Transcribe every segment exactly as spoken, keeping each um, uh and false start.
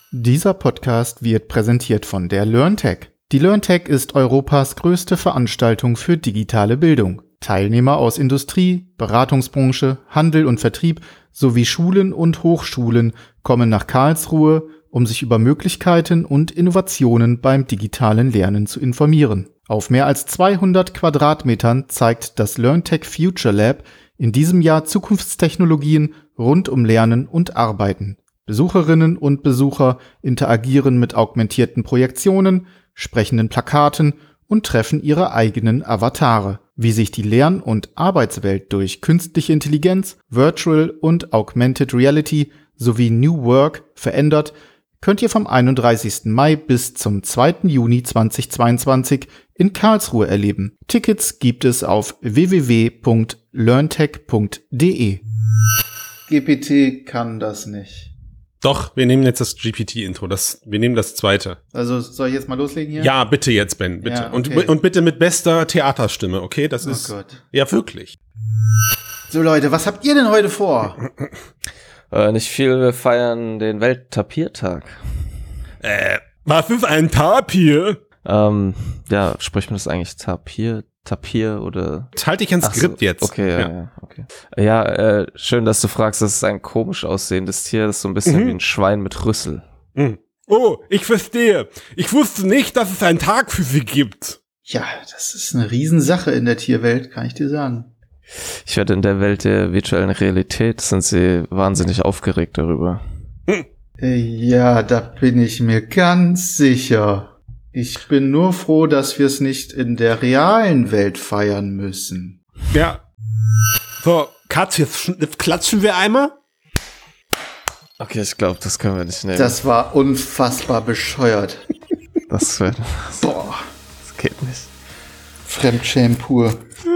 Dieser Podcast wird präsentiert von der LearnTech. Die LearnTech ist Europas größte Veranstaltung für digitale Bildung. Teilnehmer aus Industrie, Beratungsbranche, Handel und Vertrieb sowie Schulen und Hochschulen kommen nach Karlsruhe, um sich über Möglichkeiten und Innovationen beim digitalen Lernen zu informieren. Auf mehr als zweihundert Quadratmetern zeigt das LearnTech Future Lab in diesem Jahr Zukunftstechnologien rund um Lernen und Arbeiten. Besucherinnen und Besucher interagieren mit augmentierten Projektionen, sprechenden Plakaten und treffen ihre eigenen Avatare. Wie sich die Lern- und Arbeitswelt durch künstliche Intelligenz, Virtual und Augmented Reality sowie New Work verändert, könnt ihr vom einunddreißigsten Mai bis zum zweiten Juni zweitausendzweiundzwanzig in Karlsruhe erleben. Tickets gibt es auf w w w punkt learntech punkt d e. G P T kann das nicht. Doch, wir nehmen jetzt das G P T-Intro. Das, wir nehmen das zweite. Also soll ich jetzt mal loslegen hier? Ja, bitte jetzt, Ben, bitte. Ja, okay. und, und bitte mit bester Theaterstimme, okay? Das Oh ist. Gott. Ja, wirklich. So Leute, was habt ihr denn heute vor? Äh, nicht viel, wir feiern den Welttapiertag. Äh, was ist ein Tapir? Ähm, ja, spricht man das eigentlich Tapir, Tapir oder? Jetzt halte ich ein Ach Skript so, jetzt. Okay, ja, ja. ja, okay. Ja, äh, schön, dass du fragst, das ist ein komisch aussehendes Tier, das ist so ein bisschen Mhm. wie ein Schwein mit Rüssel. Mhm. Oh, ich verstehe. Ich wusste nicht, dass es einen Tag für sie gibt. Ja, das ist eine Riesensache in der Tierwelt, kann ich dir sagen. Ich werde in der Welt der virtuellen Realität sind sie wahnsinnig aufgeregt darüber. Äh, Ja, da bin ich mir ganz sicher. Ich bin nur froh, dass wir es nicht in der realen Welt feiern müssen. Ja. So, Katz, jetzt, sch- jetzt klatschen wir einmal. Okay, ich glaube, das können wir nicht nehmen. Das war unfassbar bescheuert. das, wär, Boah, das geht nicht. Fremdschämen pur.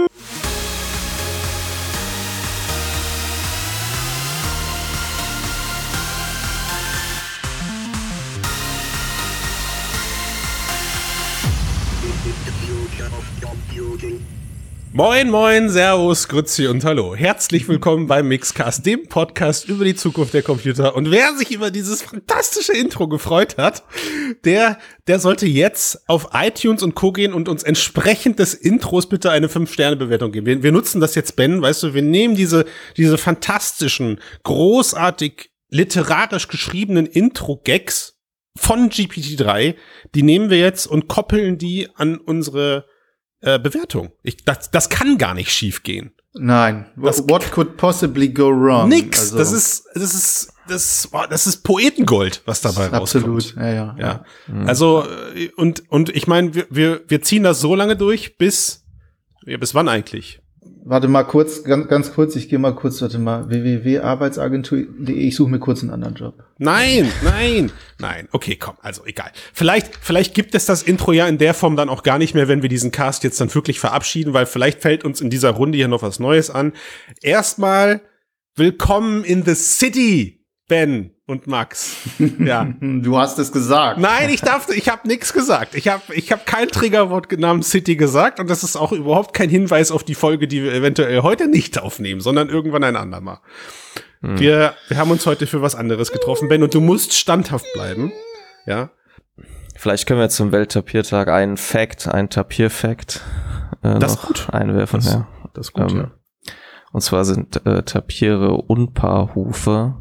Moin, moin, servus, grüezi und hallo. Herzlich willkommen beim Mixcast, dem Podcast über die Zukunft der Computer. Und wer sich über dieses fantastische Intro gefreut hat, der, der sollte jetzt auf iTunes und Co. gehen und uns entsprechend des Intros bitte eine fünf Sterne Bewertung geben. Wir, wir nutzen das jetzt, Ben, weißt du, wir nehmen diese, diese fantastischen, großartig literarisch geschriebenen Intro-Gags von G P T drei, die nehmen wir jetzt und koppeln die an unsere Äh, Bewertung. Ich, das, das kann gar nicht schief gehen. Nein, Das- what could possibly go wrong? Nix. Also, das ist, das ist, das, boah, das ist Poetengold, was dabei absolut. rauskommt. Ja, ja, Ja. Also, äh, und, und ich meine, wir, wir, wir ziehen das so lange durch, bis, ja, bis wann eigentlich? Warte mal kurz, ganz, ganz kurz, ich gehe mal kurz, warte mal, w w w punkt arbeitsagentur punkt d e, ich suche mir kurz einen anderen Job. Nein, nein, nein. Okay, komm, also egal. Vielleicht, vielleicht gibt es das Intro ja in der Form dann auch gar nicht mehr, wenn wir diesen Cast jetzt dann wirklich verabschieden, weil vielleicht fällt uns in dieser Runde hier noch was Neues an. Erstmal willkommen in the city, Ben und Max. Ja. Du hast es gesagt. Nein, ich darf, ich habe nichts gesagt. Ich habe, ich habe kein Triggerwort namens City gesagt und das ist auch überhaupt kein Hinweis auf die Folge, die wir eventuell heute nicht aufnehmen, sondern irgendwann ein andermal. Hm. Wir, wir haben uns heute für was anderes getroffen, Ben, und du musst standhaft bleiben. Ja. Vielleicht können wir zum Welttapiertag einen Fact, einen Tapir-Fact äh, Das ist noch gut. einwerfen. Das, ja. das ist gut, Ähm, ja. Und zwar sind äh, Tapire Unpaarhufe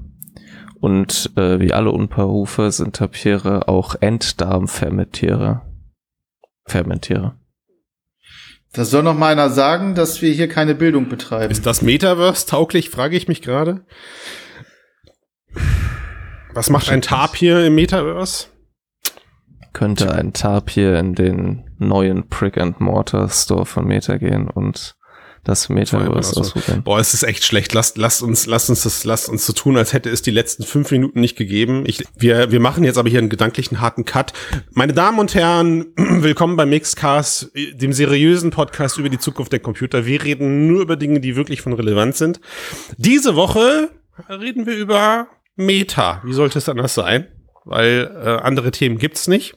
und äh, wie alle Unpaarhufe sind Tapire auch Enddarmfermentiere. Fermentiere. Das soll noch mal einer sagen, dass wir hier keine Bildung betreiben. Ist das Metaverse tauglich, frage ich mich gerade. Was macht ein Tapir im Metaverse? Könnte ein Tapir in den neuen Brick and Mortar Store von Meta gehen und das Metaverse Also, ausprobieren. boah, es ist echt schlecht. Lasst, lasst uns, lasst uns das, lasst uns so tun, als hätte es die letzten fünf Minuten nicht gegeben. Ich, wir, wir machen jetzt aber hier einen gedanklichen harten Cut. Meine Damen und Herren, willkommen beim Mixcast, dem seriösen Podcast über die Zukunft der Computer. Wir reden nur über Dinge, die wirklich von Relevanz sind. Diese Woche reden wir über Meta. Wie sollte es anders sein? Weil äh, andere Themen gibt's nicht.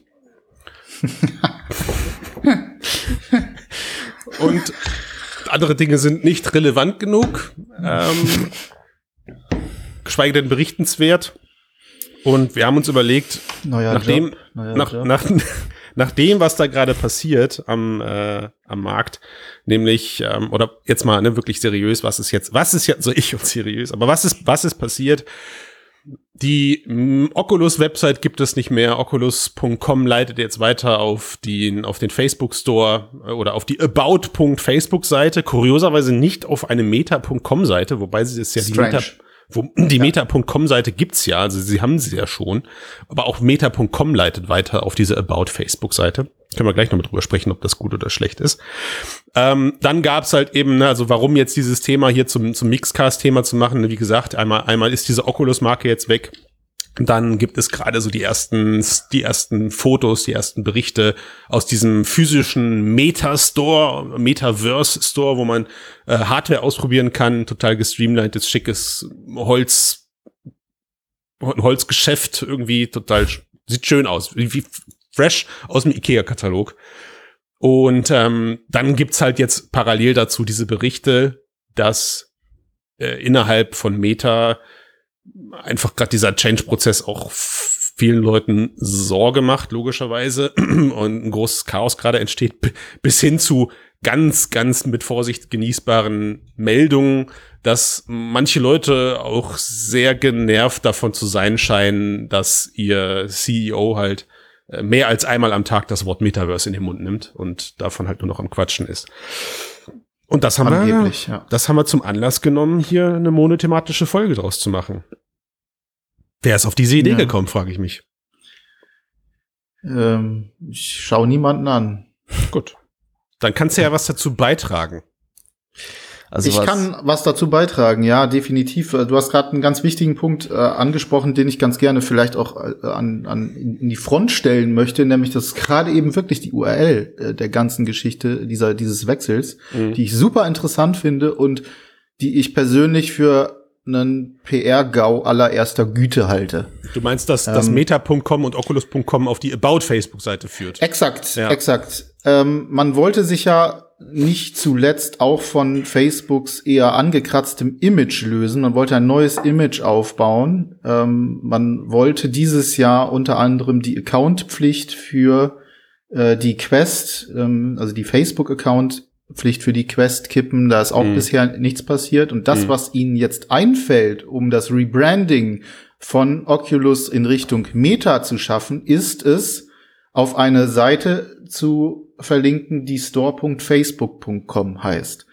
Und andere Dinge sind nicht relevant genug, ähm, geschweige denn berichtenswert. Und wir haben uns überlegt, Neuer nachdem, Job, neuer nach, Job. nach, nach dem, was da gerade passiert am, äh, am Markt, nämlich, ähm, oder jetzt mal ne, wirklich seriös, was ist jetzt, was ist jetzt, so ich und seriös, aber was ist, was ist passiert? Die m, Oculus-Website gibt es nicht mehr. Oculus Punkt com leitet jetzt weiter auf den, auf den Facebook-Store äh, oder auf die About.Facebook-Seite. Kurioserweise nicht auf eine Meta Punkt com-Seite, wobei sie es ja Strange. die Meta, wo, die Ja. Meta Punkt com-Seite gibt's ja, also sie haben sie ja schon. Aber auch Meta Punkt com leitet weiter auf diese About-Facebook-Seite. Können wir gleich noch mal drüber sprechen, ob das gut oder schlecht ist. Ähm, dann gab's halt eben, ne, also warum jetzt dieses Thema hier zum, zum Mixcast-Thema zu machen, wie gesagt, einmal, einmal ist diese Oculus-Marke jetzt weg. Dann gibt es gerade so die ersten, die ersten Fotos, die ersten Berichte aus diesem physischen Meta-Store, Metaverse-Store, wo man äh, Hardware ausprobieren kann, total gestreamlinedes, schickes Holz, Holzgeschäft irgendwie, total, sieht schön aus, wie, wie fresh aus dem IKEA-Katalog. Und ähm, dann gibt's halt jetzt parallel dazu diese Berichte, dass äh, innerhalb von Meta einfach gerade dieser Change-Prozess auch vielen Leuten Sorge macht, logischerweise, und ein großes Chaos gerade entsteht, b- bis hin zu ganz, ganz mit Vorsicht genießbaren Meldungen, dass manche Leute auch sehr genervt davon zu sein scheinen, dass ihr C E O halt mehr als einmal am Tag das Wort Metaverse in den Mund nimmt und davon halt nur noch am Quatschen ist. Und das haben Angeblich, wir, ja. das haben wir zum Anlass genommen, hier eine monothematische Folge draus zu machen. Wer ist auf diese Idee Ja. gekommen, frage ich mich. Ähm, ich schaue niemanden an. Gut. Dann kannst du ja was dazu beitragen. Also ich was, kann was dazu beitragen, ja, definitiv. Du hast gerade einen ganz wichtigen Punkt äh, angesprochen, den ich ganz gerne vielleicht auch äh, an, an in die Front stellen möchte, nämlich dass gerade eben wirklich die U R L äh, der ganzen Geschichte dieser dieses Wechsels, Mhm. die ich super interessant finde und die ich persönlich für einen P R-Gau allererster Güte halte. Du meinst, dass das Ähm, Meta Punkt com und Oculus Punkt com auf die About-Facebook-Seite führt? Exakt, Ja. exakt. Ähm, man wollte sich ja nicht zuletzt auch von Facebooks eher angekratztem Image lösen. Man wollte ein neues Image aufbauen. Ähm, man wollte dieses Jahr unter anderem die Accountpflicht für äh, die Quest, ähm, also die Facebook-Account-Pflicht für die Quest kippen. Da ist auch Mhm. bisher nichts passiert. Und das, Mhm. was ihnen jetzt einfällt, um das Rebranding von Oculus in Richtung Meta zu schaffen, ist es, auf eine Seite zu verlinken, die store Punkt facebook Punkt com heißt.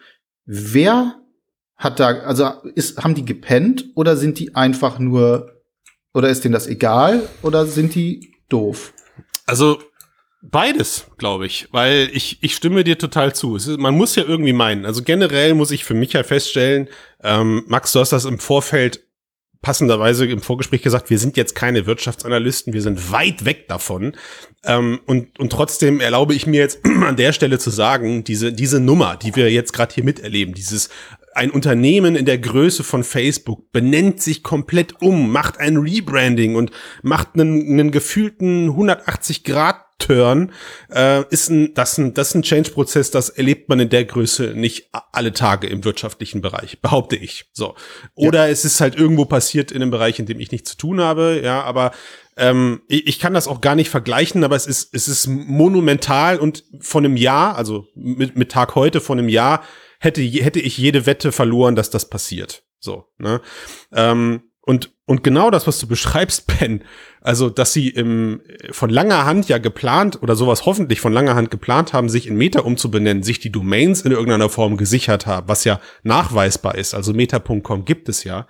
Wer hat da, also ist, haben die gepennt oder sind die einfach nur, oder ist denen das egal oder sind die doof? Also beides, glaube ich, weil ich ich stimme dir total zu. Es ist, man muss ja irgendwie meinen, also generell muss ich für mich ja feststellen, ähm, Max, du hast das im Vorfeld passenderweise im Vorgespräch gesagt, wir sind jetzt keine Wirtschaftsanalysten, wir sind weit weg davon. Ähm, und, und trotzdem erlaube ich mir jetzt an der Stelle zu sagen, diese, diese Nummer, die wir jetzt gerade hier miterleben, dieses ein Unternehmen in der Größe von Facebook benennt sich komplett um, macht ein Rebranding und macht einen, einen gefühlten hundertachtzig Grad Turn, äh, ist ein, das ein, das ist ein Change-Prozess, das erlebt man in der Größe nicht alle Tage im wirtschaftlichen Bereich, behaupte ich. So. Oder ja. Es ist halt irgendwo passiert in einem Bereich, in dem ich nichts zu tun habe, ja, aber ähm, ich, ich kann das auch gar nicht vergleichen, aber es ist, es ist monumental und von einem Jahr, also mit, mit Tag heute von einem Jahr, hätte, hätte ich jede Wette verloren, dass das passiert. So, ne? Ähm, Und, und genau das, was du beschreibst, Ben, also, dass sie im, von langer Hand ja geplant oder sowas hoffentlich von langer Hand geplant haben, sich in Meta umzubenennen, sich die Domains in irgendeiner Form gesichert haben, was ja nachweisbar ist, also Meta Punkt com gibt es ja,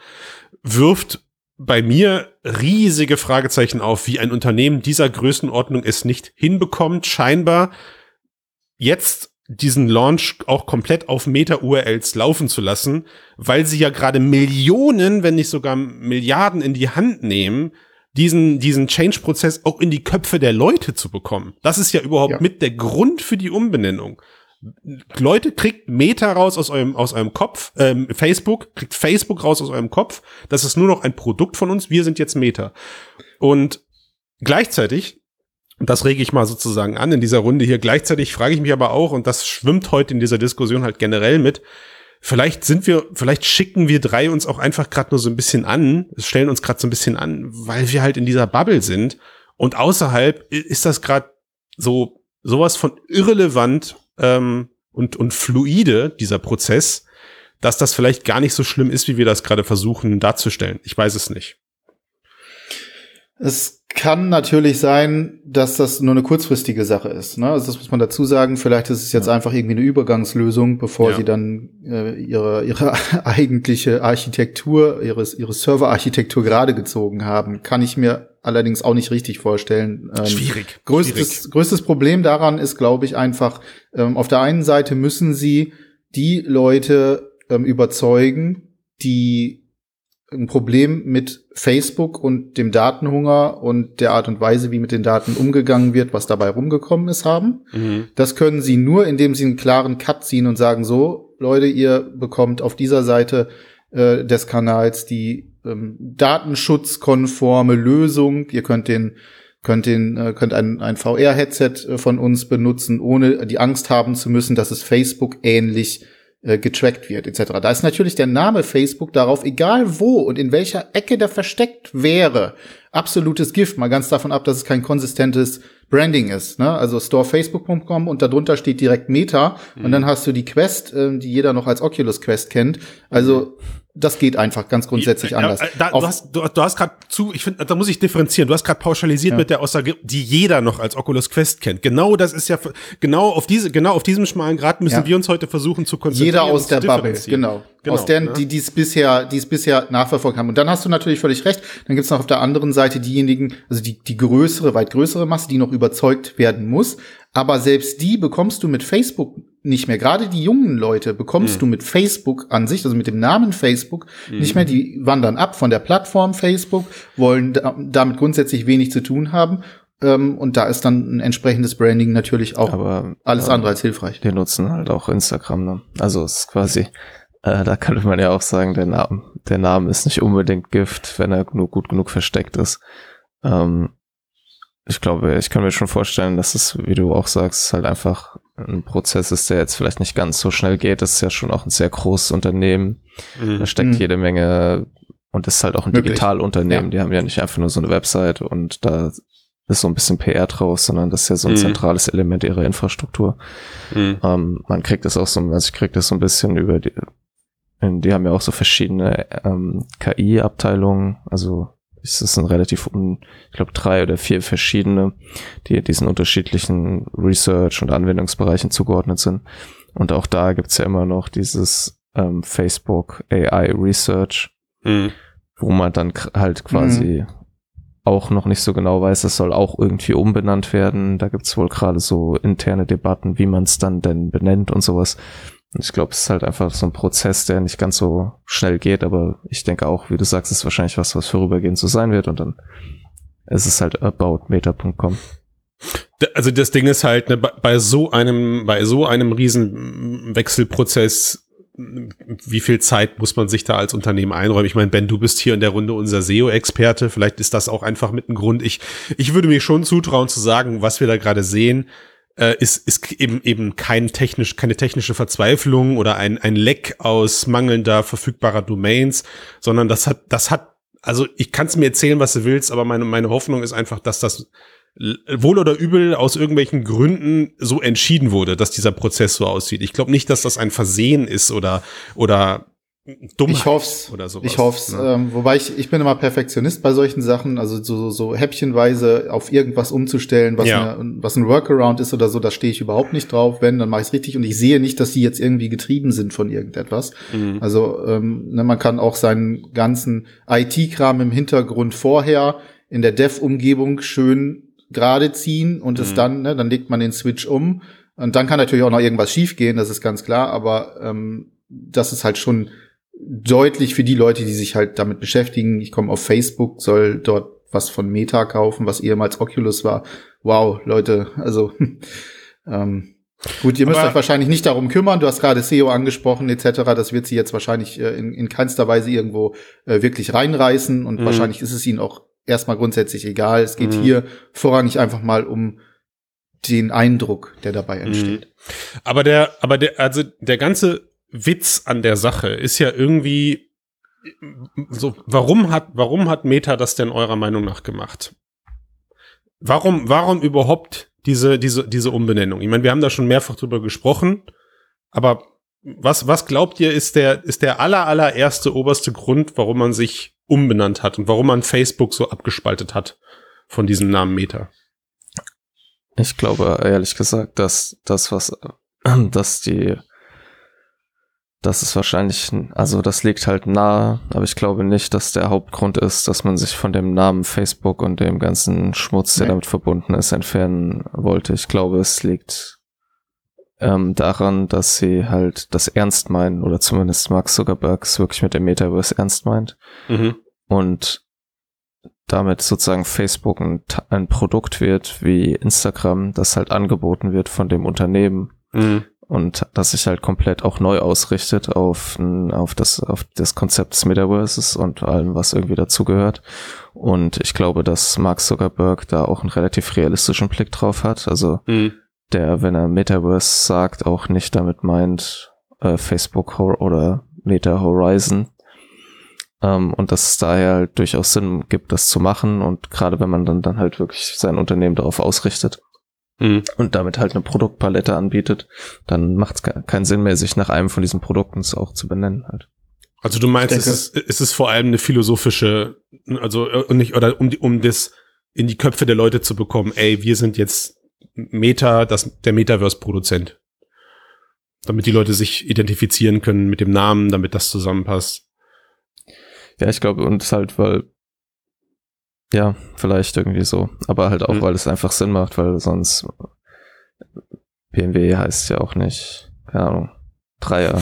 wirft bei mir riesige Fragezeichen auf, wie ein Unternehmen dieser Größenordnung es nicht hinbekommt, scheinbar jetzt diesen Launch auch komplett auf Meta-U R Ls laufen zu lassen, weil sie ja gerade Millionen, wenn nicht sogar Milliarden in die Hand nehmen, diesen diesen Change-Prozess auch in die Köpfe der Leute zu bekommen. Das ist ja überhaupt ja. mit der Grund für die Umbenennung. Leute, kriegt Meta raus aus eurem aus eurem Kopf, ähm, Facebook, kriegt Facebook raus aus eurem Kopf. Das ist nur noch ein Produkt von uns, wir sind jetzt Meta. Und gleichzeitig, und das rege ich mal sozusagen an in dieser Runde hier, gleichzeitig frage ich mich aber auch, und das schwimmt heute in dieser Diskussion halt generell mit, vielleicht sind wir, vielleicht schicken wir drei uns auch einfach gerade nur so ein bisschen an, stellen uns gerade so ein bisschen an, weil wir halt in dieser Bubble sind und außerhalb ist das gerade so sowas von irrelevant ähm, und und fluide, dieser Prozess, dass das vielleicht gar nicht so schlimm ist, wie wir das gerade versuchen darzustellen. Ich weiß es nicht. Es kann natürlich sein, dass das nur eine kurzfristige Sache ist. Ne? Also das muss man dazu sagen. Vielleicht ist es jetzt ja. einfach irgendwie eine Übergangslösung, bevor ja. sie dann äh, ihre ihre eigentliche Architektur, ihre ihre Serverarchitektur gerade gezogen haben. Kann ich mir allerdings auch nicht richtig vorstellen. Ähm, Schwierig. Größtes Schwierig. größtes Problem daran ist, glaube ich, einfach ähm, auf der einen Seite müssen sie die Leute ähm, überzeugen, die ein Problem mit Facebook und dem Datenhunger und der Art und Weise, wie mit den Daten umgegangen wird, was dabei rumgekommen ist, haben. Mhm. Das können sie nur, indem sie einen klaren Cut ziehen und sagen, so, Leute, ihr bekommt auf dieser Seite äh, des Kanals die ähm, datenschutzkonforme Lösung. Ihr könnt den könnt den äh, könnt ein, ein V R-Headset von uns benutzen, ohne die Angst haben zu müssen, dass es Facebook ähnlich getrackt wird, et cetera. Da ist natürlich der Name Facebook darauf, egal wo und in welcher Ecke der versteckt wäre, absolutes Gift, mal ganz davon ab, dass es kein konsistentes Branding ist. Ne? Also store facebook punkt com und darunter steht direkt Meta mhm. und dann hast du die Quest, äh, die jeder noch als Oculus Quest kennt. Also das geht einfach ganz grundsätzlich anders. Ja, da, du hast, du, du hast gerade zu, ich finde, da muss ich differenzieren. Du hast gerade pauschalisiert ja. mit der Aussage, die jeder noch als Oculus Quest kennt. Genau das ist ja, genau auf diese, genau auf diesem schmalen Grad müssen ja. wir uns heute versuchen zu konzentrieren. Jeder aus der Bubble, genau. genau. Aus denen, ne? die, die es bisher, die es bisher nachverfolgt haben. Und dann hast du natürlich völlig recht. Dann gibt's noch auf der anderen Seite diejenigen, also die, die größere, weit größere Masse, die noch überzeugt werden muss. Aber selbst die bekommst du mit Facebook nicht mehr. Gerade die jungen Leute bekommst mhm. du mit Facebook an sich, also mit dem Namen Facebook, mhm. nicht mehr. Die wandern ab von der Plattform Facebook, wollen da, damit grundsätzlich wenig zu tun haben. Ähm, und da ist dann ein entsprechendes Branding natürlich auch Aber, alles andere äh, als hilfreich. Wir nutzen halt auch Instagram. Ne? Also es ist quasi, äh, da könnte man ja auch sagen, der Name, der Name ist nicht unbedingt Gift, wenn er nur gut genug versteckt ist. Ähm, Ich glaube, ich kann mir schon vorstellen, dass es, wie du auch sagst, halt einfach ein Prozess ist, der jetzt vielleicht nicht ganz so schnell geht. Das ist ja schon auch ein sehr großes Unternehmen. Mhm. Da steckt mhm. jede Menge und ist halt auch ein Möglich. Digitalunternehmen. Ja. Die haben ja nicht einfach nur so eine Website und da ist so ein bisschen P R draus, sondern das ist ja so ein mhm. zentrales Element ihrer Infrastruktur. Mhm. Ähm, man kriegt das auch so, also ich krieg das so ein bisschen über die, die haben ja auch so verschiedene ähm, K I-Abteilungen, also es sind relativ, ich glaube, drei oder vier verschiedene, die diesen unterschiedlichen Research- und Anwendungsbereichen zugeordnet sind. Und auch da gibt's ja immer noch dieses ähm, Facebook A I Research, mhm. wo man dann k- halt quasi mhm. auch noch nicht so genau weiß, das soll auch irgendwie umbenannt werden. Da gibt's wohl gerade so interne Debatten, wie man es dann denn benennt und sowas. Und ich glaube, es ist halt einfach so ein Prozess, der nicht ganz so schnell geht, aber ich denke auch, wie du sagst, ist wahrscheinlich was, was vorübergehend so sein wird und dann ist es halt about meta punkt com. Also das Ding ist halt, ne, bei so einem, bei so einem riesen Wechselprozess, wie viel Zeit muss man sich da als Unternehmen einräumen? Ich meine, Ben, du bist hier in der Runde unser S E O-Experte, vielleicht ist das auch einfach mit ein Grund. Ich, ich würde mir schon zutrauen zu sagen, was wir da gerade sehen, Äh, ist ist eben eben kein technisch keine technische Verzweiflung oder ein ein Leck aus mangelnder verfügbarer Domains, sondern das hat das hat also ich kann es mir erzählen, was du willst, aber meine meine Hoffnung ist einfach, dass das wohl oder übel aus irgendwelchen Gründen so entschieden wurde, dass dieser Prozess so aussieht. Ich glaube nicht, dass das ein Versehen ist oder oder Dummheit ich hoff's, oder sowas. Ich hoff's, ja. ähm, wobei ich ich bin immer Perfektionist bei solchen Sachen, also so so häppchenweise auf irgendwas umzustellen, was ja. eine, was ein Workaround ist oder so, da stehe ich überhaupt nicht drauf. Wenn, dann mache ich es richtig und ich sehe nicht, dass die jetzt irgendwie getrieben sind von irgendetwas. Mhm. Also ähm, ne, man kann auch seinen ganzen I T-Kram im Hintergrund vorher in der Dev-Umgebung schön gerade ziehen und mhm. es dann, ne, dann legt man den Switch um und dann kann natürlich auch noch irgendwas schiefgehen, das ist ganz klar, aber ähm, das ist halt schon deutlich für die Leute, die sich halt damit beschäftigen. Ich komme auf Facebook, soll dort was von Meta kaufen, was ehemals Oculus war. Wow, Leute, also ähm, gut, ihr müsst Aber euch wahrscheinlich nicht darum kümmern. Du hast gerade S E O angesprochen et cetera. Das wird sie jetzt wahrscheinlich äh, in, in keinster Weise irgendwo äh, wirklich reinreißen und mhm. wahrscheinlich ist es ihnen auch erstmal grundsätzlich egal. Es geht mhm. hier vorrangig einfach mal um den Eindruck, der dabei entsteht. Mhm. Aber der, aber der, also der ganze Witz an der Sache ist ja irgendwie so, warum hat, warum hat Meta das denn eurer Meinung nach gemacht? Warum, warum überhaupt diese, diese, diese Umbenennung? Ich meine, wir haben da schon mehrfach drüber gesprochen, aber was, was glaubt ihr, ist der, ist der aller, allererste oberste Grund, warum man sich umbenannt hat und warum man Facebook so abgespaltet hat von diesem Namen Meta? Ich glaube, ehrlich gesagt, dass das, was, dass die, das ist wahrscheinlich, also das liegt halt nahe, aber ich glaube nicht, dass der Hauptgrund ist, dass man sich von dem Namen Facebook und dem ganzen Schmutz, der nee. damit verbunden ist, entfernen wollte. Ich glaube, es liegt ähm, daran, dass sie halt das ernst meinen, oder zumindest Mark Zuckerberg es wirklich mit dem Metaverse ernst meint. Mhm. Und damit sozusagen Facebook ein, ein Produkt wird wie Instagram, das halt angeboten wird von dem Unternehmen. Mhm. Und das sich halt komplett auch neu ausrichtet auf, auf, das, auf das Konzept des Metaverses und allem, was irgendwie dazugehört. Und ich glaube, dass Mark Zuckerberg da auch einen relativ realistischen Blick drauf hat. Also mhm. der, wenn er Metaverse sagt, auch nicht damit meint äh, Facebook oder Meta Horizon. Ähm, und dass es daher halt durchaus Sinn gibt, das zu machen. Und gerade wenn man dann, dann halt wirklich sein Unternehmen darauf ausrichtet. Mhm. Und damit halt eine Produktpalette anbietet, dann macht es keinen Sinn mehr, sich nach einem von diesen Produkten auch zu benennen halt. Also du meinst, es ist, es ist vor allem eine philosophische, also nicht, oder um die, um das in die Köpfe der Leute zu bekommen, ey, wir sind jetzt Meta, das, der Metaverse-Produzent. Damit die Leute sich identifizieren können mit dem Namen, damit das zusammenpasst. Ja, ich glaube, und halt, weil ja, vielleicht irgendwie so. Aber halt auch, mhm. weil es einfach Sinn macht, weil sonst B M W heißt ja auch nicht, keine Ahnung, Dreier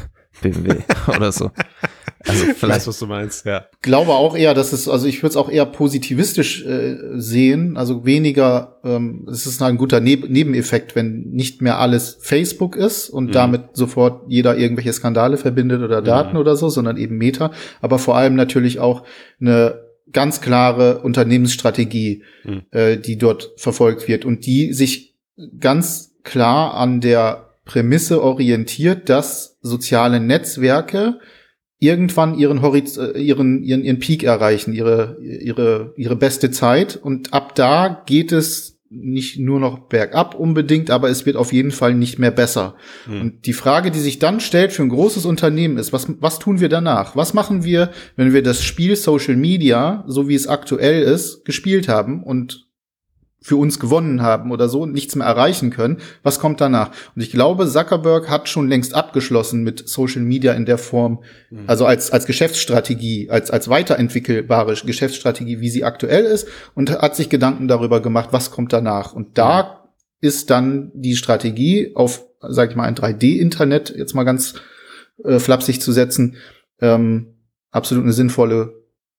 B M W oder so. Also vielleicht, was du meinst, ja. Ich glaube auch eher, dass es, also ich würde es auch eher positivistisch äh, sehen, also weniger, ähm, es ist ein guter Neb- Nebeneffekt, wenn nicht mehr alles Facebook ist und mhm. damit sofort jeder irgendwelche Skandale verbindet oder Daten mhm. oder so, sondern eben Meta, aber vor allem natürlich auch eine ganz klare Unternehmensstrategie, mhm. äh, die dort verfolgt wird und die sich ganz klar an der Prämisse orientiert, dass soziale Netzwerke irgendwann ihren Horiz- ihren ihren ihren Peak erreichen, ihre ihre ihre beste Zeit und ab da geht es nicht nur noch bergab unbedingt, aber es wird auf jeden Fall nicht mehr besser. Mhm. Und die Frage, die sich dann stellt für ein großes Unternehmen ist, was was tun wir danach? Was machen wir, wenn wir das Spiel Social Media, so wie es aktuell ist, gespielt haben und für uns gewonnen haben oder so und nichts mehr erreichen können? Was kommt danach? Und ich glaube, Zuckerberg hat schon längst abgeschlossen mit Social Media in der Form, mhm. also als als Geschäftsstrategie, als als weiterentwickelbare Geschäftsstrategie, wie sie aktuell ist, und hat sich Gedanken darüber gemacht, was kommt danach. Und da mhm. ist dann die Strategie auf, sag ich mal, ein drei D-Internet, jetzt mal ganz äh, flapsig zu setzen, ähm, absolut eine sinnvolle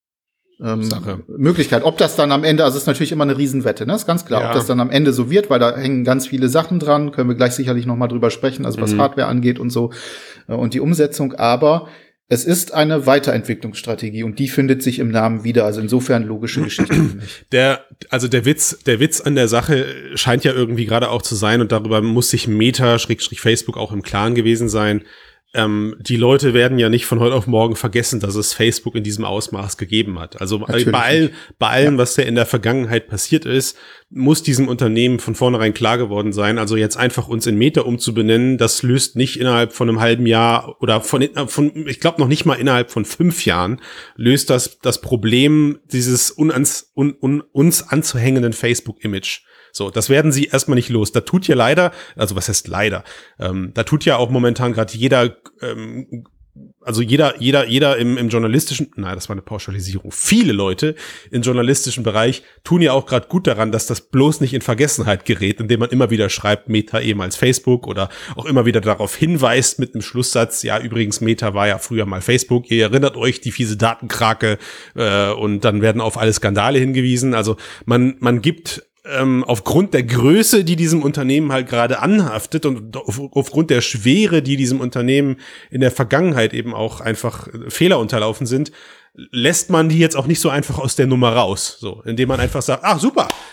Ähm, Sache. Möglichkeit. Ob das dann am Ende, also es ist natürlich immer eine Riesenwette, ne? Ist ganz klar, ja. ob das dann am Ende so wird, weil da hängen ganz viele Sachen dran, können wir gleich sicherlich noch mal drüber sprechen, also was mhm. Hardware angeht und so äh, und die Umsetzung, aber es ist eine Weiterentwicklungsstrategie und die findet sich im Namen wieder, also insofern logische Geschichte für mich. Der, also der Witz, der Witz an der Sache scheint ja irgendwie gerade auch zu sein und darüber muss sich Meta, Schrägstrich Facebook auch im Klaren gewesen sein. Ähm, die Leute werden ja nicht von heute auf morgen vergessen, dass es Facebook in diesem Ausmaß gegeben hat. Also Natürlich bei allem, bei allem, ja. was da in der Vergangenheit passiert ist, muss diesem Unternehmen von vornherein klar geworden sein. Also jetzt einfach uns in Meta umzubenennen, das löst nicht innerhalb von einem halben Jahr oder von, von ich glaube noch nicht mal innerhalb von fünf Jahren, löst das das Problem dieses unans, un, un, uns anzuhängenden Facebook-Image. So, das werden sie erstmal nicht los. Da tut ja leider, also was heißt leider, ähm, da tut ja auch momentan gerade jeder, ähm, also jeder, jeder, jeder im, im journalistischen, nein, das war eine Pauschalisierung. Viele Leute im journalistischen Bereich tun ja auch gerade gut daran, dass das bloß nicht in Vergessenheit gerät, indem man immer wieder schreibt, Meta ehemals Facebook oder auch immer wieder darauf hinweist mit einem Schlusssatz, ja, übrigens, Meta war ja früher mal Facebook, ihr erinnert euch, die fiese Datenkrake, äh, und dann werden auf alle Skandale hingewiesen. Also man, man gibt Ähm, aufgrund der Größe, die diesem Unternehmen halt gerade anhaftet und auf, aufgrund der Schwere, die diesem Unternehmen in der Vergangenheit eben auch einfach Fehler unterlaufen sind, lässt man die jetzt auch nicht so einfach aus der Nummer raus. So, indem man einfach sagt, ach super,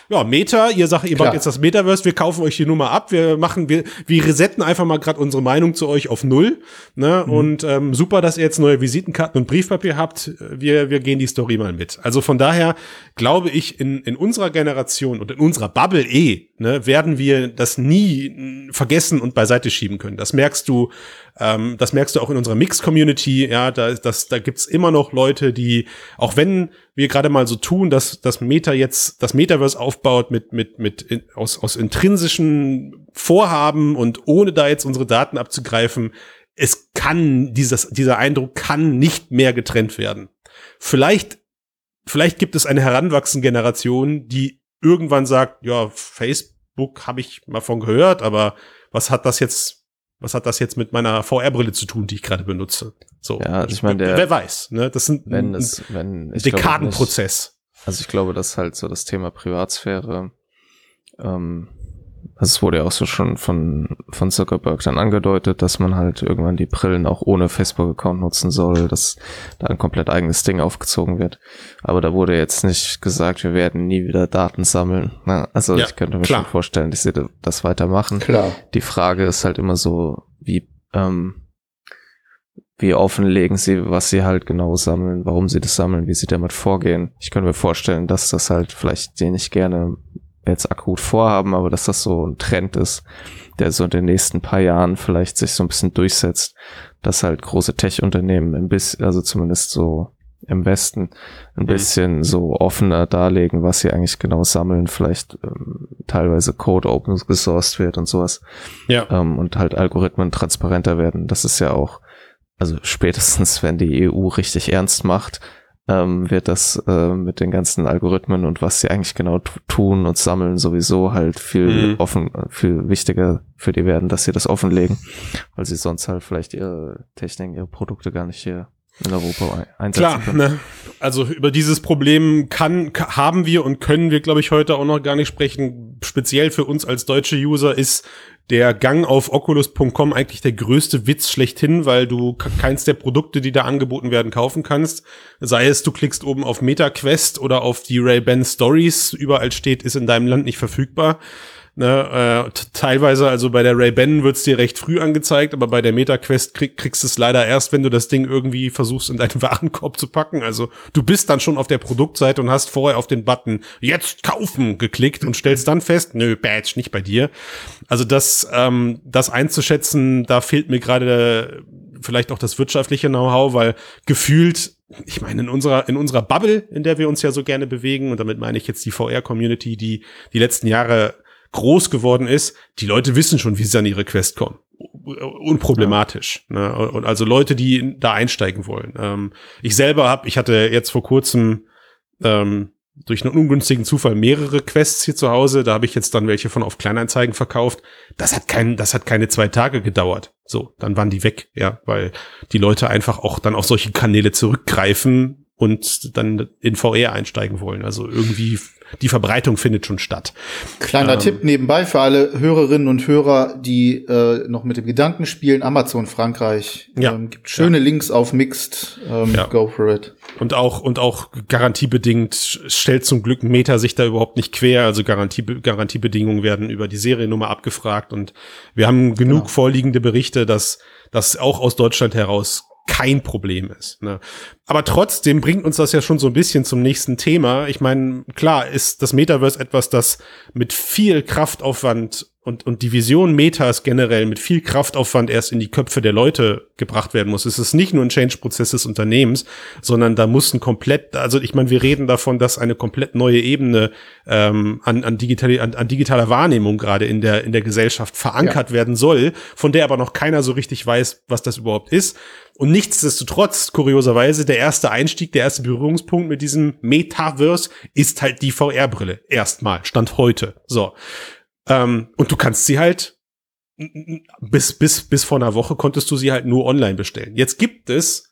ja, Meta, ihr sagt, ihr Klar. baut jetzt das Metaverse, wir kaufen euch die Nummer ab, wir machen, wir, wir resetten einfach mal gerade unsere Meinung zu euch auf null, ne, mhm. und ähm, super, dass ihr jetzt neue Visitenkarten und Briefpapier habt, wir, wir gehen die Story mal mit. Also von daher glaube ich, in, in unserer Generation und in unserer Bubble eh, ne, werden wir das nie vergessen und beiseite schieben können. Das merkst du, ähm, das merkst du auch in unserer Mix-Community, ja, da, das, da gibt's immer noch Leute, die, auch wenn wir gerade mal so tun, dass das Meta jetzt, das Metaverse aufbaut mit, mit, mit, in, aus, aus intrinsischen Vorhaben und ohne da jetzt unsere Daten abzugreifen, es kann, dieses, dieser Eindruck kann nicht mehr getrennt werden. Vielleicht, vielleicht gibt es eine heranwachsende Generation, die irgendwann sagt, ja, Facebook habe ich mal von gehört, aber was hat das jetzt Was hat das jetzt mit meiner V R-Brille zu tun, die ich gerade benutze? So, ja, also ich meine, der, wer weiß, ne? Das sind wenn es, wenn ein Dekadenprozess. Also ich glaube, dass halt so das Thema Privatsphäre, ähm, also es wurde ja auch so schon von von Zuckerberg dann angedeutet, dass man halt irgendwann die Brillen auch ohne Facebook-Account nutzen soll, dass da ein komplett eigenes Ding aufgezogen wird. Aber da wurde jetzt nicht gesagt, wir werden nie wieder Daten sammeln. Na, also ja, ich könnte mir klar. schon vorstellen, dass sie das weitermachen. Klar. Die Frage ist halt immer so, wie ähm, wie offenlegen sie, was sie halt genau sammeln, warum sie das sammeln, wie sie damit vorgehen. Ich könnte mir vorstellen, dass das halt vielleicht den nicht gerne jetzt akut vorhaben, aber dass das so ein Trend ist, der so in den nächsten paar Jahren vielleicht sich so ein bisschen durchsetzt, dass halt große Tech-Unternehmen ein bisschen, also zumindest so im Westen, ein bisschen so offener darlegen, was sie eigentlich genau sammeln, vielleicht ähm, teilweise Code open gesourced wird und sowas. Ja. Ähm, und halt Algorithmen transparenter werden. Das ist ja auch, also spätestens, wenn die E U richtig ernst macht, ähm, wird das äh, mit den ganzen Algorithmen und was sie eigentlich genau t- tun und sammeln sowieso halt viel mhm. offen, viel wichtiger für die werden, dass sie das offenlegen, weil sie sonst halt vielleicht ihre Techniken, ihre Produkte gar nicht hier in Europa einsetzen Klar, können. Ne? Also über dieses Problem kann, haben wir und können wir, glaube ich, heute auch noch gar nicht sprechen. Speziell für uns als deutsche User ist der Gang auf Oculus Punkt com eigentlich der größte Witz schlechthin, weil du keins der Produkte, die da angeboten werden, kaufen kannst. Sei es, du klickst oben auf MetaQuest oder auf die Ray-Ban Stories, überall steht, ist in deinem Land nicht verfügbar. Ne, äh, t- teilweise, also bei der Ray-Ban wird's dir recht früh angezeigt, aber bei der MetaQuest krieg, kriegst du es leider erst, wenn du das Ding irgendwie versuchst, in deinen Warenkorb zu packen. Also du bist dann schon auf der Produktseite und hast vorher auf den Button jetzt kaufen geklickt und stellst dann fest, nö, Badge, nicht bei dir. Also das, ähm, das einzuschätzen, da fehlt mir gerade vielleicht auch das wirtschaftliche Know-how, weil gefühlt, ich meine, in unserer, in unserer Bubble, in der wir uns ja so gerne bewegen, und damit meine ich jetzt die V R-Community, die die letzten Jahre groß geworden ist, die Leute wissen schon, wie sie an ihre Quest kommen. Unproblematisch. Ja. Ne? Und also Leute, die da einsteigen wollen. Ähm, ich selber habe, ich hatte jetzt vor kurzem ähm, durch einen ungünstigen Zufall mehrere Quests hier zu Hause. Da habe ich jetzt dann welche von auf Kleinanzeigen verkauft. Das hat kein, das hat keine zwei Tage gedauert. So, dann waren die weg, ja, weil die Leute einfach auch dann auf solche Kanäle zurückgreifen und dann in V R einsteigen wollen. Also irgendwie die Verbreitung findet schon statt. Kleiner ähm, Tipp nebenbei für alle Hörerinnen und Hörer, die äh, noch mit dem Gedanken spielen, Amazon Frankreich. Ja. Ähm, gibt schöne ja. Links auf Mixed. Ähm, ja. Go for it. Und auch, und auch garantiebedingt stellt zum Glück Meta sich da überhaupt nicht quer. Also Garantie, Garantiebedingungen werden über die Seriennummer abgefragt. Und wir haben genug genau. vorliegende Berichte, dass das auch aus Deutschland heraus kein Problem ist. Ne? Aber trotzdem bringt uns das ja schon so ein bisschen zum nächsten Thema. Ich meine, klar ist das Metaverse etwas, das mit viel Kraftaufwand und, und die Vision Metas generell mit viel Kraftaufwand erst in die Köpfe der Leute gebracht werden muss. Es ist nicht nur ein Change-Prozess des Unternehmens, sondern da muss ein komplett, also ich meine, wir reden davon, dass eine komplett neue Ebene ähm, an, an, digital, an, an digitaler Wahrnehmung gerade in der, in der Gesellschaft verankert ja. werden soll, von der aber noch keiner so richtig weiß, was das überhaupt ist. Und nichtsdestotrotz, kurioserweise, der erste Einstieg, der erste Berührungspunkt mit diesem Metaverse ist halt die V R-Brille. Erstmal, Stand heute. So. Ähm, und du kannst sie halt, bis, bis, bis vor einer Woche konntest du sie halt nur online bestellen. Jetzt gibt es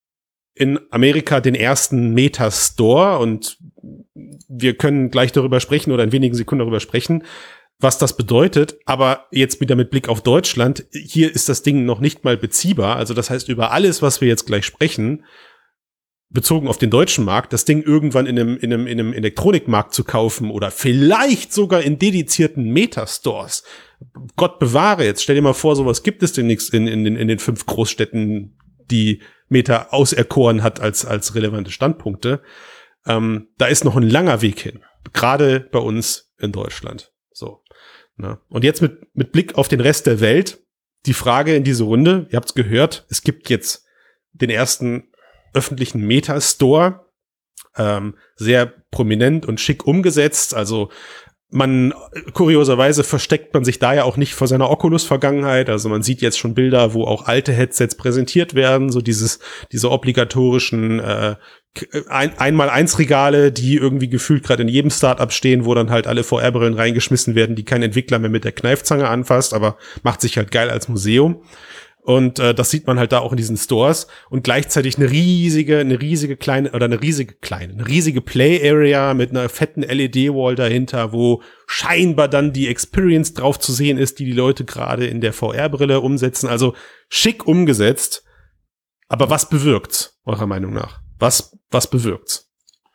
in Amerika den ersten Meta-Store und wir können gleich darüber sprechen oder in wenigen Sekunden darüber sprechen, was das bedeutet, aber jetzt wieder mit Blick auf Deutschland, hier ist das Ding noch nicht mal beziehbar, also das heißt, über alles, was wir jetzt gleich sprechen, bezogen auf den deutschen Markt, das Ding irgendwann in einem, in einem, in einem Elektronikmarkt zu kaufen oder vielleicht sogar in dedizierten Meta-Stores. Gott bewahre, jetzt stell dir mal vor, sowas gibt es demnächst in, in, in den fünf Großstädten, die Meta auserkoren hat als, als relevante Standpunkte. Ähm, da ist noch ein langer Weg hin. Gerade bei uns in Deutschland. So. Na. Und jetzt mit, mit Blick auf den Rest der Welt, die Frage in diese Runde, ihr habt's gehört, es gibt jetzt den ersten öffentlichen Meta-Store, ähm, sehr prominent und schick umgesetzt, also man, kurioserweise versteckt man sich da ja auch nicht vor seiner Oculus-Vergangenheit, also man sieht jetzt schon Bilder, wo auch alte Headsets präsentiert werden, so dieses, diese obligatorischen äh, ein, Einmal-Eins-Regale, die irgendwie gefühlt gerade in jedem Startup stehen, wo dann halt alle V R-Brillen reingeschmissen werden, die kein Entwickler mehr mit der Kneifzange anfasst, aber macht sich halt geil als Museum. Und äh, das sieht man halt da auch in diesen Stores und gleichzeitig eine riesige, eine riesige kleine oder eine riesige kleine, eine riesige Play-Area mit einer fetten L E D-Wall dahinter, wo scheinbar dann die Experience drauf zu sehen ist, die die Leute gerade in der V R-Brille umsetzen. Also schick umgesetzt. Aber was bewirkt's, eurer Meinung nach? Was, was bewirkt's?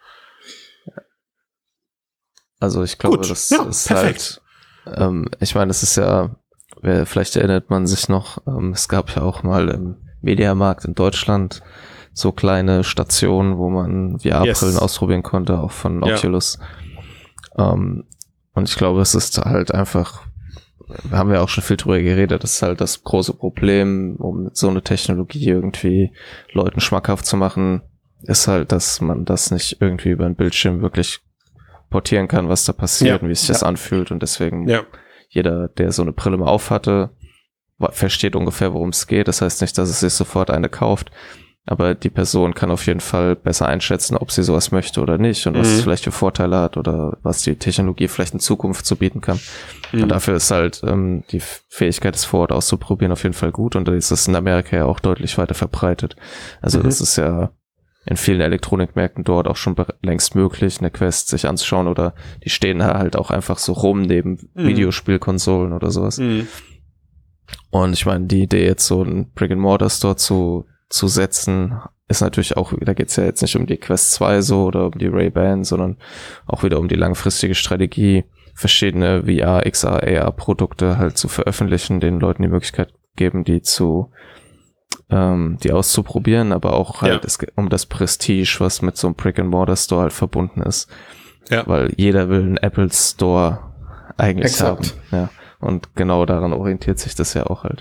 Also ich glaube, Gut. das Ja, ist perfekt. halt, ähm, ich meine, es ist ja, vielleicht erinnert man sich noch, ähm, es gab ja auch mal im Mediamarkt in Deutschland so kleine Stationen, wo man V R-Brillen yes. ausprobieren konnte, auch von Oculus. Ja. Ähm, und ich glaube, es ist halt einfach, wir haben ja auch schon viel drüber geredet, das ist halt das große Problem, um so eine Technologie irgendwie Leuten schmackhaft zu machen, ist halt, dass man das nicht irgendwie über einen Bildschirm wirklich portieren kann, was da passiert ja. und wie sich ja. das anfühlt. Und deswegen ja. jeder, der so eine Brille mal auf hatte, versteht ungefähr, worum es geht. Das heißt nicht, dass es sich sofort eine kauft, aber die Person kann auf jeden Fall besser einschätzen, ob sie sowas möchte oder nicht und mhm. was es vielleicht für Vorteile hat oder was die Technologie vielleicht in Zukunft zu bieten kann. Mhm. Und dafür ist halt ähm, die Fähigkeit, es vor Ort auszuprobieren, auf jeden Fall gut. Und da ist es in Amerika ja auch deutlich weiter verbreitet. Also mhm. das ist ja in vielen Elektronikmärkten dort auch schon längst möglich, eine Quest sich anzuschauen oder die stehen halt auch einfach so rum neben mhm. Videospielkonsolen oder sowas. Mhm. Und ich meine, die Idee jetzt so einen Brick-and-Mortar-Store zu zu setzen, ist natürlich auch, da geht's ja jetzt nicht um die Quest zwei so oder um die Ray-Ban, sondern auch wieder um die langfristige Strategie, verschiedene V R, X R, A R-Produkte halt zu veröffentlichen, den Leuten die Möglichkeit geben, die zu ähm, die auszuprobieren, aber auch halt ja. es, um das Prestige, was mit so einem Brick-and-Mortar-Store halt verbunden ist. Ja. Weil jeder will einen Apple Store eigentlich Exakt. haben. Ja. Und genau daran orientiert sich das ja auch halt.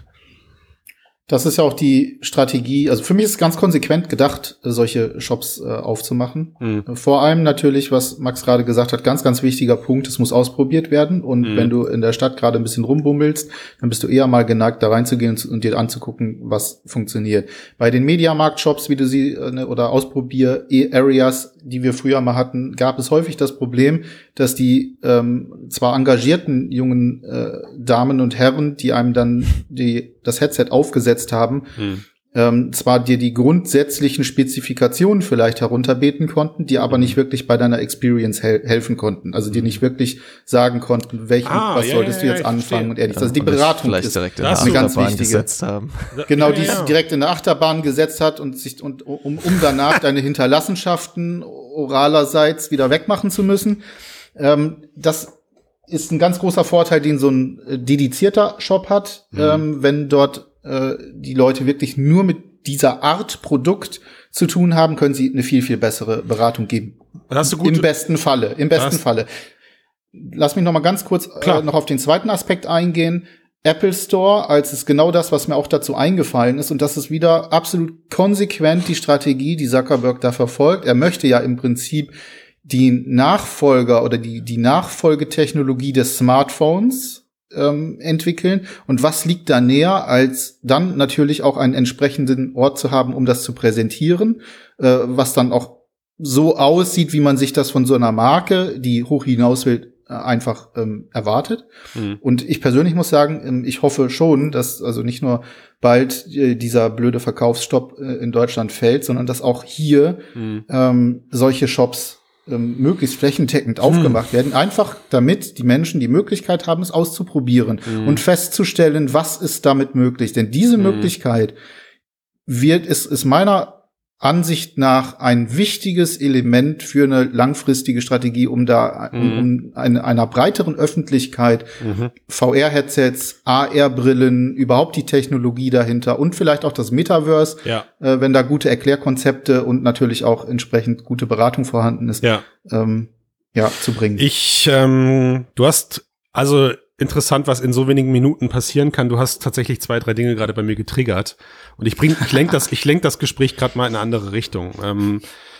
Das ist ja auch die Strategie, also für mich ist es ganz konsequent gedacht, solche Shops äh, aufzumachen. Mhm. Vor allem natürlich, was Max gerade gesagt hat, ganz, ganz wichtiger Punkt, es muss ausprobiert werden. Und mhm. wenn du in der Stadt gerade ein bisschen rumbummelst, dann bist du eher mal geneigt, da reinzugehen und, und dir anzugucken, was funktioniert. Bei den Mediamarkt-Shops, wie du sie, äh, oder Ausprobier-Areas, die wir früher mal hatten, gab es häufig das Problem, dass die ähm, zwar engagierten jungen äh, Damen und Herren, die einem dann die das Headset aufgesetzt haben, hm. ähm, zwar dir die grundsätzlichen Spezifikationen vielleicht herunterbeten konnten, die aber hm. nicht wirklich bei deiner Experience hel- helfen konnten. Also dir nicht wirklich sagen konnten, welchen, ah, was ja, solltest ja, du jetzt ja, anfangen und ehrlich. Also die Beratung ist direkt in eine der ganz Achterbahn wichtige. Gesetzt haben. Genau, die ja, ja. direkt in der Achterbahn gesetzt hat und sich und um, um danach deine Hinterlassenschaften oralerseits wieder wegmachen zu müssen. Ähm, das ist ein ganz großer Vorteil, den so ein äh, dedizierter Shop hat, mhm. ähm, wenn dort äh, die Leute wirklich nur mit dieser Art Produkt zu tun haben, können sie eine viel, viel bessere Beratung geben. Hast du gut, Im besten Falle, im besten Falle. Lass mich noch mal ganz kurz äh, noch auf den zweiten Aspekt eingehen. Apple Store, als ist genau das, was mir auch dazu eingefallen ist. Und das ist wieder absolut konsequent die Strategie, die Zuckerberg da verfolgt. Er möchte ja im Prinzip die Nachfolger oder die die Nachfolgetechnologie des Smartphones ähm, entwickeln. Und was liegt da näher, als dann natürlich auch einen entsprechenden Ort zu haben, um das zu präsentieren, äh, was dann auch so aussieht, wie man sich das von so einer Marke, die hoch hinaus will, äh, einfach ähm, erwartet. Mhm. Und ich persönlich muss sagen, ähm, ich hoffe schon, dass also nicht nur bald äh, dieser blöde Verkaufsstopp äh, in Deutschland fällt, sondern dass auch hier mhm. ähm, solche Shops Ähm, möglichst flächendeckend hm. aufgemacht werden, einfach damit die Menschen die Möglichkeit haben, es auszuprobieren hm. und festzustellen, was ist damit möglich. Denn diese hm. Möglichkeit wird, ist, ist meiner Ansicht nach ein wichtiges Element für eine langfristige Strategie, um da mhm. um, um eine, einer breiteren Öffentlichkeit mhm. V R-Headsets, A R-Brillen, überhaupt die Technologie dahinter und vielleicht auch das Metaverse, ja. äh, wenn da gute Erklärkonzepte und natürlich auch entsprechend gute Beratung vorhanden ist, ja, ähm, ja zu bringen. Ich, ähm, du hast also interessant, was in so wenigen Minuten passieren kann. Du hast tatsächlich zwei, drei Dinge gerade bei mir getriggert. Und ich bring, ich lenk das, ich lenk das Gespräch gerade mal in eine andere Richtung. Ähm,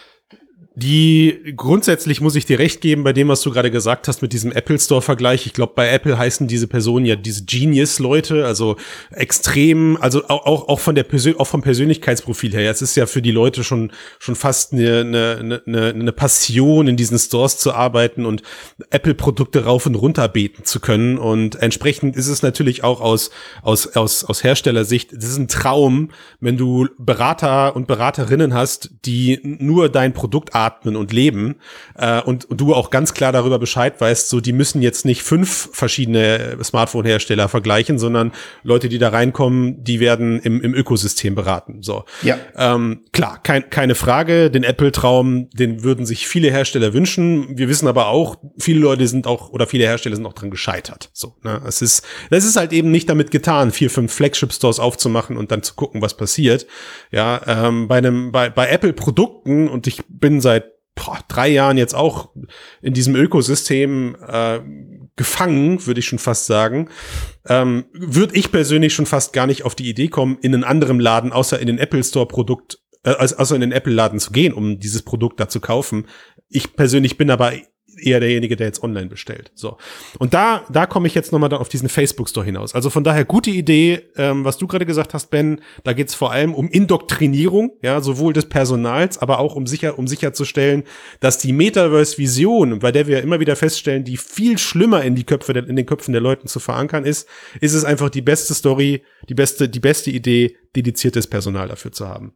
die, grundsätzlich muss ich dir recht geben bei dem, was du gerade gesagt hast mit diesem Apple Store-Vergleich. Ich glaube, bei Apple heißen diese Personen ja diese Genius-Leute, also extrem, also auch, auch von der Persön- auch vom Persönlichkeitsprofil her. Es ist ja für die Leute schon, schon fast eine, eine, eine, eine Passion, in diesen Stores zu arbeiten und Apple-Produkte rauf und runter beten zu können. Und entsprechend ist es natürlich auch aus, aus, aus, aus Herstellersicht, das ist ein Traum, wenn du Berater und Beraterinnen hast, die nur dein Produkt atmen und leben äh, und, und du auch ganz klar darüber Bescheid weißt, so die müssen jetzt nicht fünf verschiedene Smartphone-Hersteller vergleichen, sondern Leute, die da reinkommen, die werden im, im Ökosystem beraten. So, ja. ähm, klar, kein, keine Frage, den Apple-Traum, den würden sich viele Hersteller wünschen. Wir wissen aber auch, viele Leute sind auch oder viele Hersteller sind auch dran gescheitert. So, ne, es ist, das ist halt eben nicht damit getan, vier, fünf Flagship-Stores aufzumachen und dann zu gucken, was passiert. Ja, ähm, bei einem, bei, bei Apple-Produkten und ich bin seit boah, drei Jahren jetzt auch in diesem Ökosystem äh, gefangen, würde ich schon fast sagen, ähm, würde ich persönlich schon fast gar nicht auf die Idee kommen, in einen anderen Laden, außer in den Apple Store Produkt, äh, also in den Apple Laden zu gehen, um dieses Produkt da zu kaufen. Ich persönlich bin aber eher derjenige, der jetzt online bestellt. So. Und da, da komme ich jetzt nochmal auf diesen Facebook Store hinaus. Also von daher gute Idee, ähm, was du gerade gesagt hast, Ben, da geht es vor allem um Indoktrinierung, ja, sowohl des Personals, aber auch um sicher, um sicherzustellen, dass die Metaverse-Vision, bei der wir immer wieder feststellen, die viel schlimmer in die Köpfe, der, in den Köpfen der Leuten zu verankern ist, ist es einfach die beste Story, die beste, die beste Idee, dediziertes Personal dafür zu haben.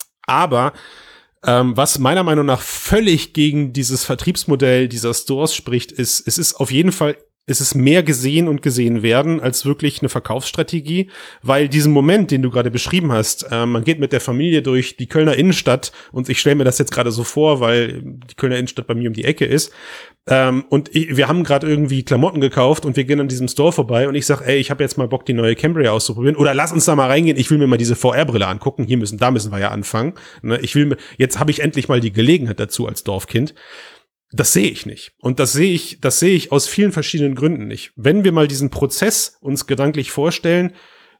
Aber Ähm, was meiner Meinung nach völlig gegen dieses Vertriebsmodell dieser Stores spricht, ist, es ist auf jeden Fall, es ist mehr gesehen und gesehen werden als wirklich eine Verkaufsstrategie, weil diesen Moment, den du gerade beschrieben hast, äh, man geht mit der Familie durch die Kölner Innenstadt und ich stelle mir das jetzt gerade so vor, weil die Kölner Innenstadt bei mir um die Ecke ist, ähm, und ich, wir haben gerade irgendwie Klamotten gekauft und wir gehen an diesem Store vorbei und ich sag, ey, ich habe jetzt mal Bock, die neue Cambria auszuprobieren oder lass uns da mal reingehen, ich will mir mal diese V R-Brille angucken, hier müssen, da müssen wir ja anfangen, ne? Ich will mir, jetzt habe ich endlich mal die Gelegenheit dazu als Dorfkind. Das sehe ich nicht. Und das sehe ich, das sehe ich aus vielen verschiedenen Gründen nicht. Wenn wir mal diesen Prozess uns gedanklich vorstellen,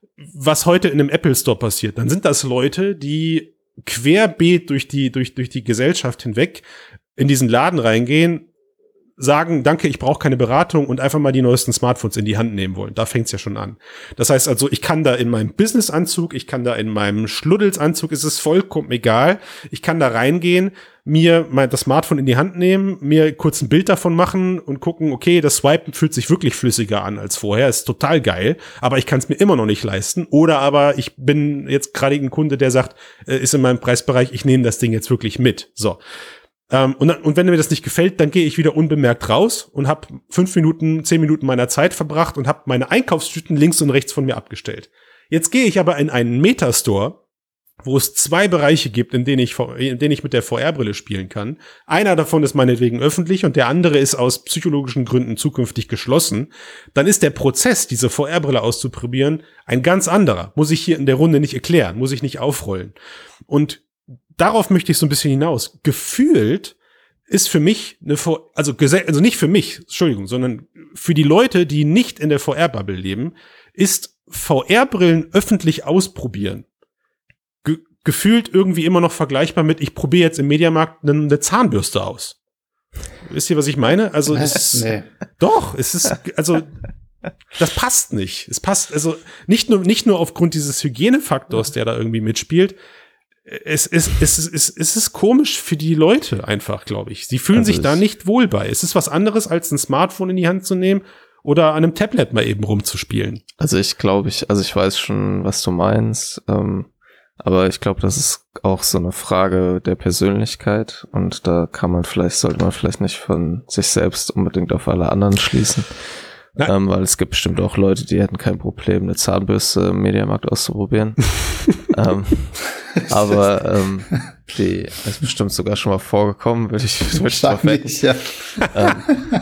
was heute in einem Apple Store passiert, dann sind das Leute, die querbeet durch die, durch, durch die Gesellschaft hinweg in diesen Laden reingehen, sagen, danke, ich brauche keine Beratung und einfach mal die neuesten Smartphones in die Hand nehmen wollen. Da fängt's ja schon an. Das heißt also, ich kann da in meinem Businessanzug, ich kann da in meinem Schluddelsanzug, ist es vollkommen egal. Ich kann da reingehen, mir mein, das Smartphone in die Hand nehmen, mir kurz ein Bild davon machen und gucken, okay, das Swipen fühlt sich wirklich flüssiger an als vorher, ist total geil, aber ich kann es mir immer noch nicht leisten. Oder aber ich bin jetzt gerade ein Kunde, der sagt, äh, ist in meinem Preisbereich, ich nehme das Ding jetzt wirklich mit. So. Um, und, und wenn mir das nicht gefällt, dann gehe ich wieder unbemerkt raus und habe fünf Minuten, zehn Minuten meiner Zeit verbracht und habe meine Einkaufstüten links und rechts von mir abgestellt. Jetzt gehe ich aber in einen Metastore, wo es zwei Bereiche gibt, in denen ich, in denen ich mit der V R-Brille spielen kann. Einer davon ist meinetwegen öffentlich und der andere ist aus psychologischen Gründen zukünftig geschlossen. Dann ist der Prozess, diese V R-Brille auszuprobieren, ein ganz anderer. Muss ich hier in der Runde nicht erklären, muss ich nicht aufrollen. Und darauf möchte ich so ein bisschen hinaus. Gefühlt ist für mich eine V R, also, also nicht für mich, Entschuldigung, sondern für die Leute, die nicht in der V R-Bubble leben, ist V R-Brillen öffentlich ausprobieren Ge- gefühlt irgendwie immer noch vergleichbar mit, ich probiere jetzt im Mediamarkt eine, eine Zahnbürste aus. Wisst ihr, was ich meine? Also es ist, nee. Doch, es ist, also das passt nicht. Es passt, also nicht nur, nicht nur aufgrund dieses Hygienefaktors, der da irgendwie mitspielt. Es ist, es ist, es ist, es ist komisch für die Leute einfach, glaube ich. Sie fühlen also sich da nicht wohl bei. Es ist was anderes, als ein Smartphone in die Hand zu nehmen oder an einem Tablet mal eben rumzuspielen. Also ich glaube, ich, also ich weiß schon, was du meinst, ähm, aber ich glaube, das ist auch so eine Frage der Persönlichkeit und da kann man vielleicht, sollte man vielleicht nicht von sich selbst unbedingt auf alle anderen schließen. ähm, weil es gibt bestimmt auch Leute, die hätten kein Problem, eine Zahnbürste im Mediamarkt auszuprobieren. ähm, aber ähm, die ist bestimmt sogar schon mal vorgekommen, würde ich, würd ich drauf wetten. Ja. ähm,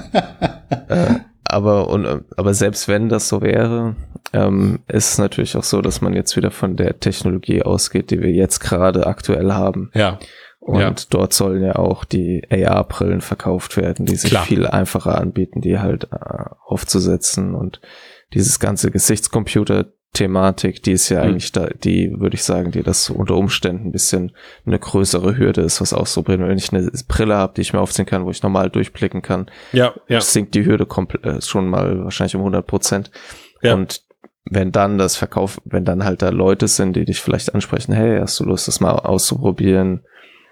äh, aber, und, aber selbst wenn das so wäre, ähm, ist es natürlich auch so, dass man jetzt wieder von der Technologie ausgeht, die wir jetzt gerade aktuell haben. Ja. Und ja. dort sollen ja auch die A R-Brillen verkauft werden, die sich Klar. viel einfacher anbieten, die halt äh, aufzusetzen. Und dieses ganze Gesichtscomputer-Thematik, die ist ja mhm. eigentlich da, die würde ich sagen, die das unter Umständen ein bisschen eine größere Hürde ist, was auszubringen. Wenn ich eine Brille habe, die ich mir aufziehen kann, wo ich normal durchblicken kann, ja, ja. sinkt die Hürde komplett schon mal wahrscheinlich um hundert Prozent. Ja. Und wenn dann das Verkauf, wenn dann halt da Leute sind, die dich vielleicht ansprechen, hey, hast du Lust, das mal auszuprobieren?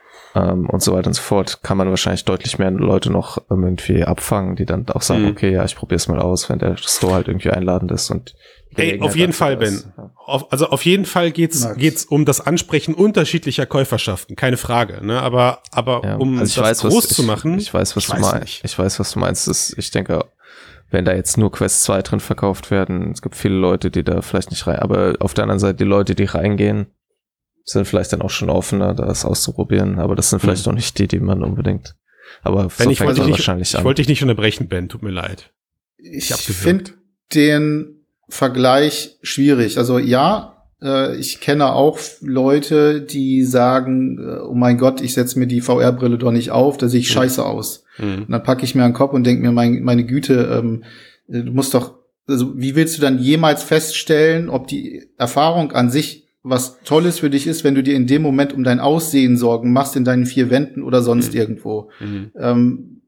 Um, und so weiter und so fort, kann man wahrscheinlich deutlich mehr Leute noch um, irgendwie abfangen, die dann auch sagen, mhm. okay, ja, ich probiere es mal aus, wenn der Store halt irgendwie einladend ist. Und Ey, auf jeden Fall, Ben. Ja. Auf, also auf jeden Fall geht's Max. geht's um das Ansprechen unterschiedlicher Käuferschaften, keine Frage. Ne? Aber aber ja. um also das weiß, groß was, zu machen, ich, ich weiß, was ich du meinst. Ich weiß, was du meinst. Das, ich denke, wenn da jetzt nur Quest zwei drin verkauft werden, es gibt viele Leute, die da vielleicht nicht rein. Aber auf der anderen Seite die Leute, die reingehen, sind vielleicht dann auch schon offener, das auszuprobieren, aber das sind vielleicht hm. noch nicht die, die man unbedingt, aber Ben, so ich wollte dich wahrscheinlich an. Ich wollte dich nicht unterbrechen, Ben, tut mir leid. Ich, ich finde den Vergleich schwierig. Also ja, äh, ich kenne auch Leute, die sagen, äh, oh mein Gott, ich setze mir die V R-Brille doch nicht auf, da sehe ich hm. scheiße aus. Hm. Und dann packe ich mir einen Kopf und denke mir, mein, meine Güte, ähm, du musst doch, also wie willst du dann jemals feststellen, ob die Erfahrung an sich was Tolles für dich ist, wenn du dir in dem Moment um dein Aussehen Sorgen machst in deinen vier Wänden oder sonst mhm. irgendwo. Mhm. Ähm,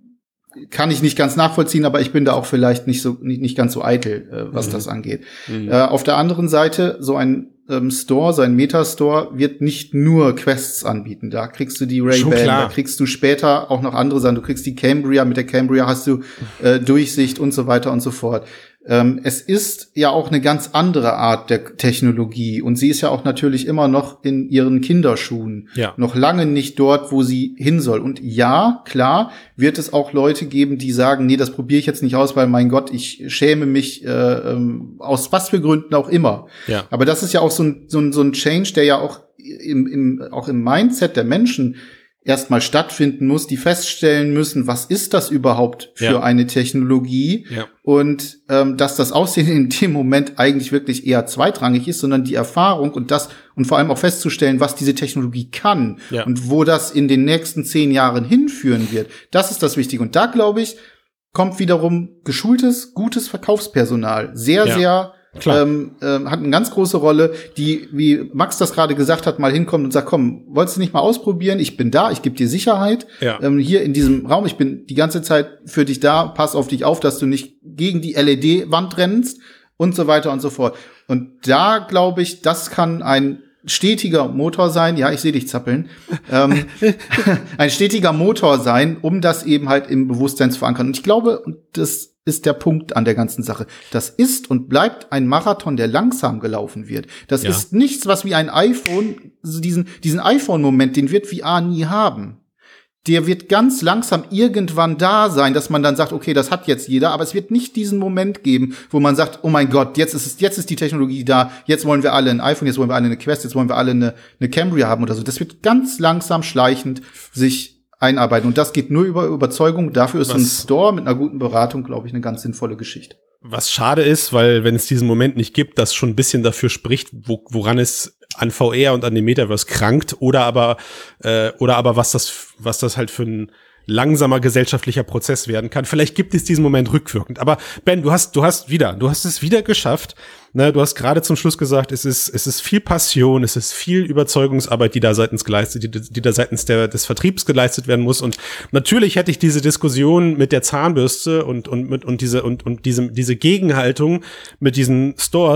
kann ich nicht ganz nachvollziehen, aber ich bin da auch vielleicht nicht so nicht, nicht ganz so eitel, äh, was mhm. das angeht. Mhm. Äh, auf der anderen Seite, so ein ähm, Store, so ein Meta-Store wird nicht nur Quests anbieten. Da kriegst du die Ray-Ban, da kriegst du später auch noch andere Sachen. Du kriegst die Cambria, mit der Cambria hast du äh, Durchsicht und so weiter und so fort. Ähm, es ist ja auch eine ganz andere Art der Technologie und sie ist ja auch natürlich immer noch in ihren Kinderschuhen. Ja. Noch lange nicht dort, wo sie hin soll. Und ja, klar, wird es auch Leute geben, die sagen, nee, das probiere ich jetzt nicht aus, weil mein Gott, ich schäme mich äh, ähm, aus was für Gründen auch immer. Ja. Aber das ist ja auch so ein, so ein, so ein Change, der ja auch im, im, auch im Mindset der Menschen erstmal stattfinden muss, die feststellen müssen, was ist das überhaupt für ja. eine Technologie ja. und ähm, dass das Aussehen in dem Moment eigentlich wirklich eher zweitrangig ist, sondern die Erfahrung und das und vor allem auch festzustellen, was diese Technologie kann ja. und wo das in den nächsten zehn Jahren hinführen wird. Das ist das Wichtige. Und da, glaube ich, kommt wiederum geschultes, gutes Verkaufspersonal sehr, ja. sehr Ähm, ähm, hat eine ganz große Rolle, die, wie Max das gerade gesagt hat, mal hinkommt und sagt, komm, wolltest du nicht mal ausprobieren? Ich bin da, ich gebe dir Sicherheit. Ja. Ähm, hier in diesem Raum, ich bin die ganze Zeit für dich da, pass auf dich auf, dass du nicht gegen die L E D-Wand rennst und so weiter und so fort. Und da glaube ich, das kann ein stetiger Motor sein, ja, ich sehe dich zappeln, ähm, ein stetiger Motor sein, um das eben halt im Bewusstsein zu verankern. Und ich glaube, und das ist der Punkt an der ganzen Sache. Das ist und bleibt ein Marathon, der langsam gelaufen wird. Das ja. ist nichts, was wie ein iPhone, also diesen, diesen iPhone-Moment, den wird V R nie haben. Der wird ganz langsam irgendwann da sein, dass man dann sagt, okay, das hat jetzt jeder, aber es wird nicht diesen Moment geben, wo man sagt, oh mein Gott, jetzt ist es, jetzt ist die Technologie da, jetzt wollen wir alle ein iPhone, jetzt wollen wir alle eine Quest, jetzt wollen wir alle eine, eine Cambria haben oder so. Das wird ganz langsam schleichend sich einarbeiten. Und das geht nur über Überzeugung. Dafür ist was, ein Store mit einer guten Beratung, glaube ich, eine ganz sinnvolle Geschichte. Was schade ist, weil wenn es diesen Moment nicht gibt, das schon ein bisschen dafür spricht, wo, woran es an V R und an dem Metaverse krankt oder aber äh, oder aber was das was das halt für ein langsamer gesellschaftlicher Prozess werden kann. Vielleicht gibt es diesen Moment rückwirkend. Aber Ben, du hast, du hast wieder, du hast es wieder geschafft. Ne, du hast gerade zum Schluss gesagt, es ist, es ist viel Passion, es ist viel Überzeugungsarbeit, die da seitens geleistet, die, die da seitens der, des Vertriebs geleistet werden muss. Und natürlich hätte ich diese Diskussion mit der Zahnbürste und, und, mit, und diese, und, und diese, diese Gegenhaltung mit diesen Stores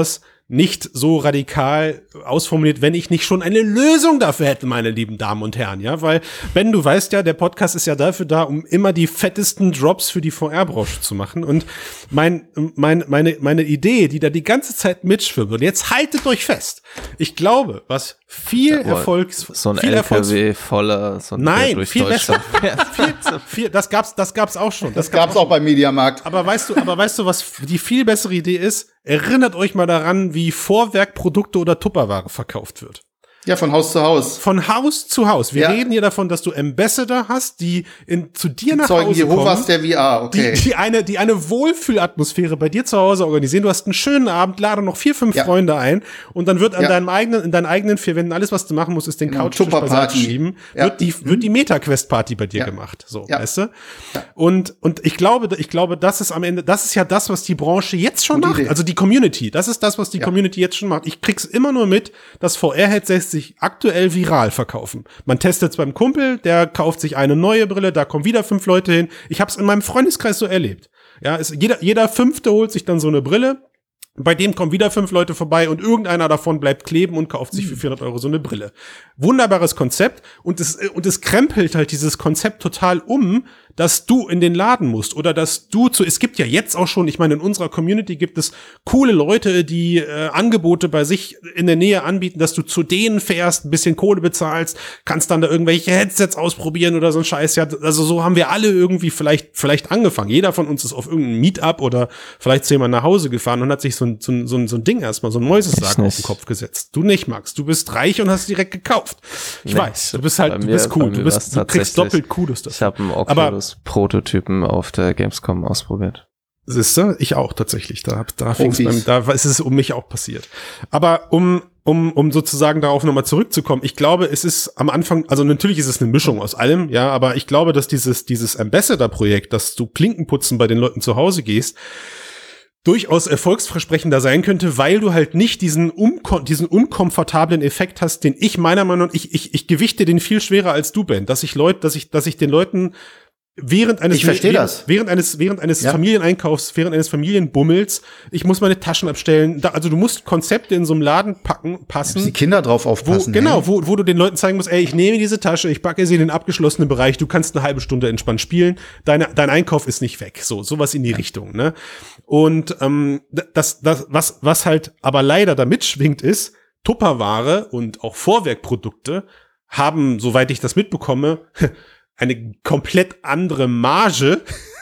nicht so radikal ausformuliert, wenn ich nicht schon eine Lösung dafür hätte, meine lieben Damen und Herren, ja, weil, Ben, du weißt ja, der Podcast ist ja dafür da, um immer die fettesten Drops für die V R-Branche zu machen und mein, mein, meine, meine Idee, die da die ganze Zeit mitschwimmt, und jetzt haltet euch fest, ich glaube, was viel ja, Erfolgs... So ein viel L K W Erfolgs voller, so ein Nein, durch viel besser. Deutschland. viel, viel, das gab's, das gab's auch schon. Das gab's auch beim Mediamarkt. Aber weißt du, aber weißt du, was die viel bessere Idee ist? Erinnert euch mal daran, wie Vorwerkprodukte oder Tupperware verkauft wird. Ja, von Haus zu Haus. Von Haus zu Haus. Wir Ja. reden hier davon, dass du Ambassador hast, die in, zu dir nach Zeugen Hause Jehovas kommen. der V R, okay. Die, die eine, die eine Wohlfühlatmosphäre bei dir zu Hause organisieren. Du hast einen schönen Abend, lade noch vier, fünf Ja. Freunde ein und dann wird an Ja. deinem eigenen, in deinen eigenen vier Wänden alles, was du machen musst, ist den Genau, Couchtisch beiseite Tupperparty. schieben, Ja. wird die, wird die Meta-Quest-Party bei dir Ja. gemacht. So, Ja. weißt du? Und, und ich glaube, ich glaube, das ist am Ende, das ist ja das, was die Branche jetzt schon Gute macht. Idee. Also die Community. Das ist das, was die Ja. Community jetzt schon macht. Ich krieg's immer nur mit, dass V R-Headsets sich aktuell viral verkaufen. Man testet's beim Kumpel, der kauft sich eine neue Brille, da kommen wieder fünf Leute hin. Ich habe es in meinem Freundeskreis so erlebt. Ja, es, jeder, jeder Fünfte holt sich dann so eine Brille. Bei dem kommen wieder fünf Leute vorbei und irgendeiner davon bleibt kleben und kauft sich für vierhundert Euro so eine Brille. Wunderbares Konzept und es, und es krempelt halt dieses Konzept total um, dass du in den Laden musst oder dass du zu, es gibt ja jetzt auch schon, ich meine, in unserer Community gibt es coole Leute, die äh, Angebote bei sich in der Nähe anbieten, dass du zu denen fährst, ein bisschen Kohle bezahlst, kannst dann da irgendwelche Headsets ausprobieren oder so ein Scheiß. Ja, also so haben wir alle irgendwie vielleicht, vielleicht angefangen. Jeder von uns ist auf irgendeinem Meetup oder vielleicht zu jemandem nach Hause gefahren und hat sich so ein, so ein, so ein, so ein Ding erstmal, so ein Mäusesarg auf den Kopf gesetzt. Du nicht, Max. Du bist reich und hast direkt gekauft. Ich Nee, weiß, du bist halt, bei du mir- bist bei cool. mir Du bist, war's du kriegst tatsächlich- doppelt Kudos dafür. Ich habe einen Aber- Oculus-Prototypen auf der Gamescom ausprobiert. Siehst du? Ich auch tatsächlich. Da, da, fing's Profis. beim, da ist es um mich auch passiert. Aber um, um, um sozusagen darauf nochmal zurückzukommen, ich glaube, es ist am Anfang, also natürlich ist es eine Mischung aus allem, ja, aber ich glaube, dass dieses, dieses Ambassador-Projekt, dass du Klinkenputzen bei den Leuten zu Hause gehst, durchaus erfolgsversprechender sein könnte, weil du halt nicht diesen, unkom diesen unkomfortablen Effekt hast, den ich meiner Meinung nach, ich, ich, ich gewichte den viel schwerer als du, Ben, dass ich Leute, dass ich, dass ich den Leuten während eines, Ich verstehe während, das. während eines, während eines Ja. Familieneinkaufs, während eines Familienbummels, ich muss meine Taschen abstellen, da, also du musst Konzepte in so einem Laden packen, passen. Die Kinder drauf Wo, aufpassen. genau, ey. wo, wo du den Leuten zeigen musst, ey, ich nehme diese Tasche, ich packe sie in den abgeschlossenen Bereich, du kannst eine halbe Stunde entspannt spielen, deine, dein Einkauf ist nicht weg, so, sowas in die Richtung, ne? Und, ähm, das, das, was, was halt aber leider da mitschwingt ist, Tupperware und auch Vorwerkprodukte haben, soweit ich das mitbekomme, eine komplett andere Marge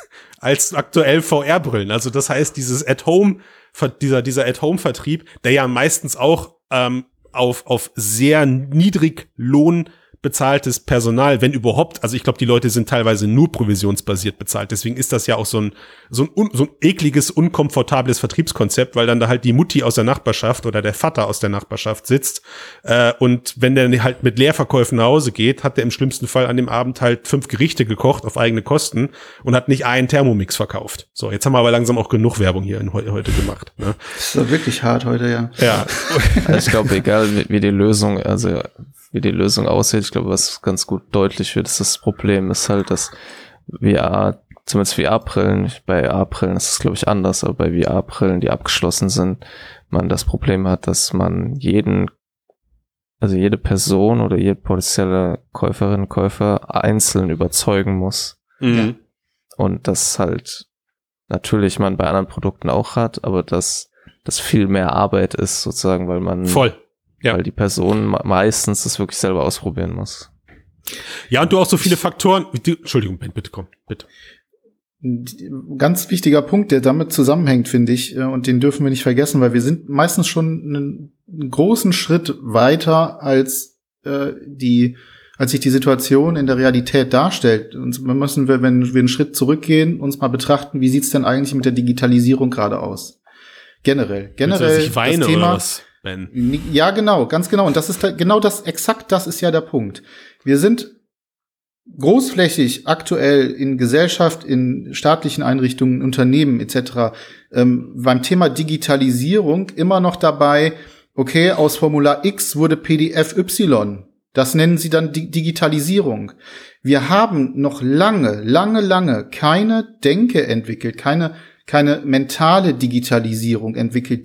als aktuell V R-Brillen. Also das heißt, dieses At-Home, dieser, dieser At-Home-Vertrieb, der ja meistens auch ähm, auf, auf sehr niedrig Lohn bezahltes Personal, wenn überhaupt, also ich glaube, die Leute sind teilweise nur provisionsbasiert bezahlt, deswegen ist das ja auch so ein, so ein, un, so ein ekliges, unkomfortables Vertriebskonzept, weil dann da halt die Mutti aus der Nachbarschaft oder der Vater aus der Nachbarschaft sitzt äh, und wenn der halt mit Leerverkäufen nach Hause geht, hat der im schlimmsten Fall an dem Abend halt fünf Gerichte gekocht auf eigene Kosten und hat nicht einen Thermomix verkauft. So, jetzt haben wir aber langsam auch genug Werbung hier in, heute gemacht. Ne? Das ist doch wirklich hart heute, ja. Ja. Also ich glaube, egal wie, wie die Lösung, also wie die Lösung aussieht, ich glaube, was ganz gut deutlich wird, ist das Problem, ist halt, dass V R, zumindest V R-Brillen, bei A R-Brillen ist es, glaube ich, anders, aber bei V R-Brillen, die abgeschlossen sind, man das Problem hat, dass man jeden, also jede Person oder jede potenzielle Käuferin, Käufer einzeln überzeugen muss. Mhm. Und das halt natürlich man bei anderen Produkten auch hat, aber dass das viel mehr Arbeit ist, sozusagen, weil man Voll. Ja. weil die Person me- meistens das wirklich selber ausprobieren muss. Ja, und du auch so viele Faktoren. Die, Entschuldigung, Ben, bitte komm, bitte. Ganz wichtiger Punkt, der damit zusammenhängt, finde ich, äh, und den dürfen wir nicht vergessen, weil wir sind meistens schon einen, einen großen Schritt weiter als äh, die, als sich die Situation in der Realität darstellt. Und wir müssen, wir, wenn wir einen Schritt zurückgehen, uns mal betrachten, wie sieht's denn eigentlich mit der Digitalisierung gerade aus? Generell, generell Willst du, dass ich weine das Thema. oder was, Ben? Ja, genau, ganz genau. Und das ist da, genau das, exakt das ist ja der Punkt. Wir sind großflächig aktuell in Gesellschaft, in staatlichen Einrichtungen, Unternehmen et cetera ähm, beim Thema Digitalisierung immer noch dabei, okay, aus Formular X wurde P D F Y. Das nennen sie dann Di- Digitalisierung. Wir haben noch lange, lange, lange keine Denke entwickelt, keine, keine mentale Digitalisierung entwickelt, die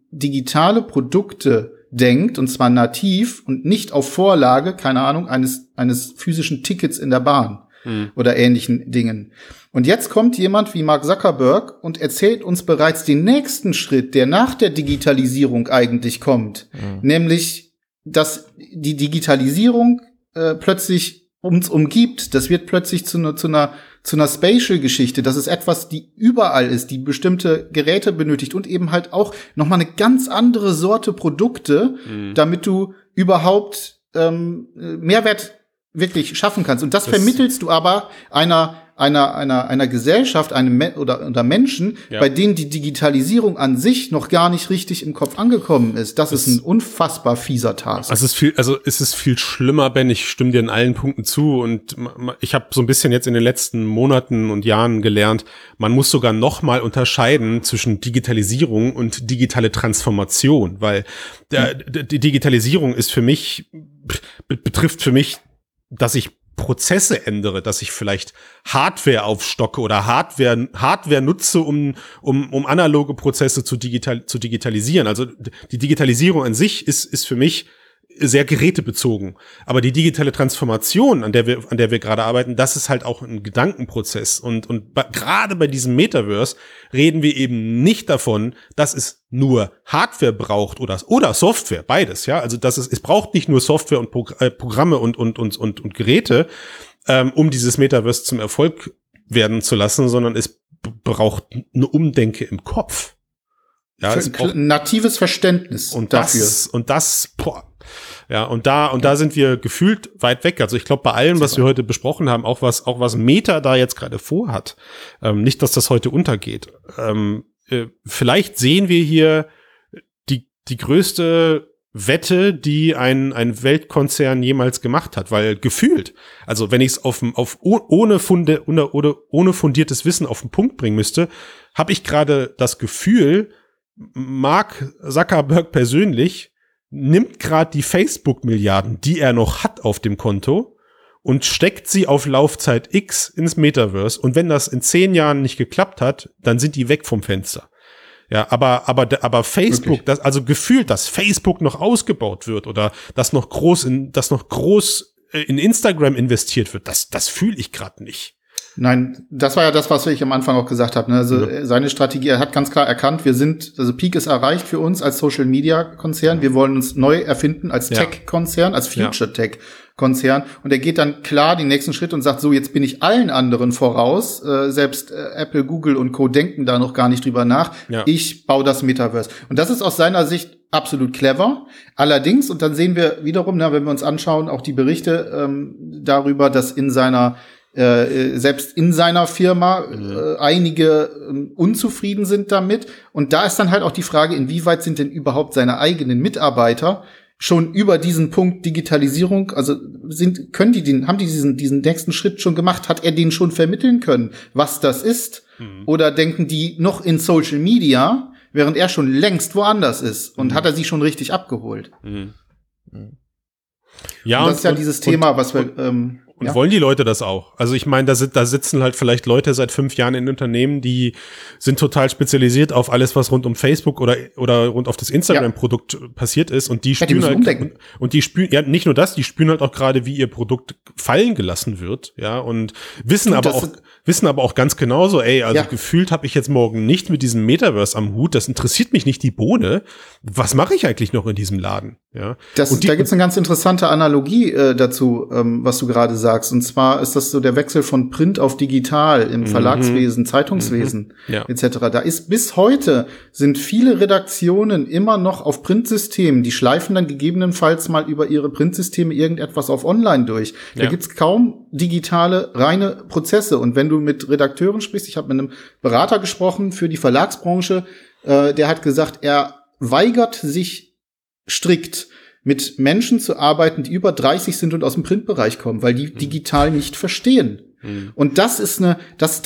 digitale Produkte denkt, und zwar nativ und nicht auf Vorlage, keine Ahnung, eines eines physischen Tickets in der Bahn hm. oder ähnlichen Dingen. Und jetzt kommt jemand wie Mark Zuckerberg und erzählt uns bereits den nächsten Schritt, der nach der Digitalisierung eigentlich kommt, hm. nämlich, dass die Digitalisierung äh, plötzlich uns umgibt. Das wird plötzlich zu einer zu einer zu einer Spatial-Geschichte. Das ist etwas, die überall ist, die bestimmte Geräte benötigt und eben halt auch noch mal eine ganz andere Sorte Produkte, mhm. damit du überhaupt ähm, Mehrwert wirklich schaffen kannst. Und das, das vermittelst du aber einer einer einer einer Gesellschaft, einem Me- oder unter Menschen, ja. bei denen die Digitalisierung an sich noch gar nicht richtig im Kopf angekommen ist. Das, das ist ein unfassbar fieser Task. Also es ist viel, also es ist viel schlimmer, Ben. Ich stimme dir in allen Punkten zu und ich habe so ein bisschen jetzt in den letzten Monaten und Jahren gelernt, man muss sogar noch mal unterscheiden zwischen Digitalisierung und digitale Transformation, weil der, die Digitalisierung ist für mich betrifft für mich, dass ich Prozesse ändere, dass ich vielleicht Hardware aufstocke oder Hardware Hardware nutze, um um um analoge Prozesse zu digital zu digitalisieren. Also die Digitalisierung an sich ist ist für mich sehr gerätebezogen, aber die digitale Transformation, an der wir an der wir gerade arbeiten, das ist halt auch ein Gedankenprozess und und ba- gerade bei diesem Metaverse reden wir eben nicht davon, dass es nur Hardware braucht oder oder Software, beides, ja, also dass es es braucht nicht nur Software und Progr- äh, Programme und und und und und Geräte, ähm, um dieses Metaverse zum Erfolg werden zu lassen, sondern es b- braucht eine Umdenke im Kopf. Ja, es braucht ein natives Verständnis und dafür. das und das boah. Ja, und da und da sind wir gefühlt weit weg. Also ich glaube, bei allem, was wir heute besprochen haben, auch was auch was Meta da jetzt gerade vorhat, ähm, nicht, dass das heute untergeht. Ähm, äh, vielleicht sehen wir hier die die größte Wette, die ein ein Weltkonzern jemals gemacht hat, weil gefühlt, also wenn ich es auf auf ohne Funde oder oder ohne fundiertes Wissen auf den Punkt bringen müsste, habe ich gerade das Gefühl, Mark Zuckerberg persönlich nimmt gerade die Facebook-Milliarden, die er noch hat auf dem Konto und steckt sie auf Laufzeit X ins Metaverse. Und wenn das in zehn Jahren nicht geklappt hat, dann sind die weg vom Fenster. Ja, aber, aber, aber Facebook, das, also gefühlt, dass Facebook noch ausgebaut wird oder dass noch groß in, dass noch groß in Instagram investiert wird, das, das fühle ich gerade nicht. Nein, das war ja das, was ich am Anfang auch gesagt habe. Ne? Also ja. seine Strategie, er hat ganz klar erkannt, wir sind, also Peak ist erreicht für uns als Social-Media-Konzern. Wir wollen uns neu erfinden als ja. Tech-Konzern, als Future-Tech-Konzern. Und er geht dann klar den nächsten Schritt und sagt, so, jetzt bin ich allen anderen voraus. Äh, selbst äh, Apple, Google und Co. denken da noch gar nicht drüber nach. Ja. Ich baue das Metaverse. Und das ist aus seiner Sicht absolut clever. Allerdings, und dann sehen wir wiederum, na, wenn wir uns anschauen, auch die Berichte ähm, darüber, dass in seiner Äh, selbst in seiner Firma äh, einige äh, unzufrieden sind damit. Und da ist dann halt auch die Frage, inwieweit sind denn überhaupt seine eigenen Mitarbeiter schon über diesen Punkt Digitalisierung, also sind, können die den, haben die diesen, diesen nächsten Schritt schon gemacht? Hat er den schon vermitteln können, was das ist? Mhm. Oder denken die noch in Social Media, während er schon längst woanders ist? Und mhm. hat er sie schon richtig abgeholt? Mhm. Ja, und das und, ist ja und, dieses Thema, und, was wir, ähm, Und ja. wollen die Leute das auch? Also ich meine, da, sit, da sitzen halt vielleicht Leute seit fünf Jahren in Unternehmen, die sind total spezialisiert auf alles, was rund um Facebook oder oder rund auf das Instagram-Produkt ja. passiert ist. Und die ja, spüren die halt umdenken. und die spüren ja nicht nur das, die spüren halt auch gerade, wie ihr Produkt fallen gelassen wird, ja und wissen und aber auch wissen aber auch ganz genauso, ey, also ja. gefühlt habe ich jetzt morgen nicht mit diesem Metaverse am Hut. Das interessiert mich nicht die Bohne. Was mache ich eigentlich noch in diesem Laden? Ja. Das, und die, da gibt's eine ganz interessante Analogie äh, dazu, ähm, was du gerade sagst. Und zwar ist das so der Wechsel von Print auf Digital im mhm. Verlagswesen, Zeitungswesen mhm. ja. et cetera. Da ist bis heute sind viele Redaktionen immer noch auf Printsystemen. Die schleifen dann gegebenenfalls mal über ihre Printsysteme irgendetwas auf Online durch. Da ja. gibt's kaum digitale, reine Prozesse. Und wenn du mit Redakteuren sprichst, ich habe mit einem Berater gesprochen für die Verlagsbranche, äh, der hat gesagt, er weigert sich strikt mit Menschen zu arbeiten, die über dreißig sind und aus dem Printbereich kommen, weil die mhm. digital nicht verstehen. Mhm. Und das ist eine, das, das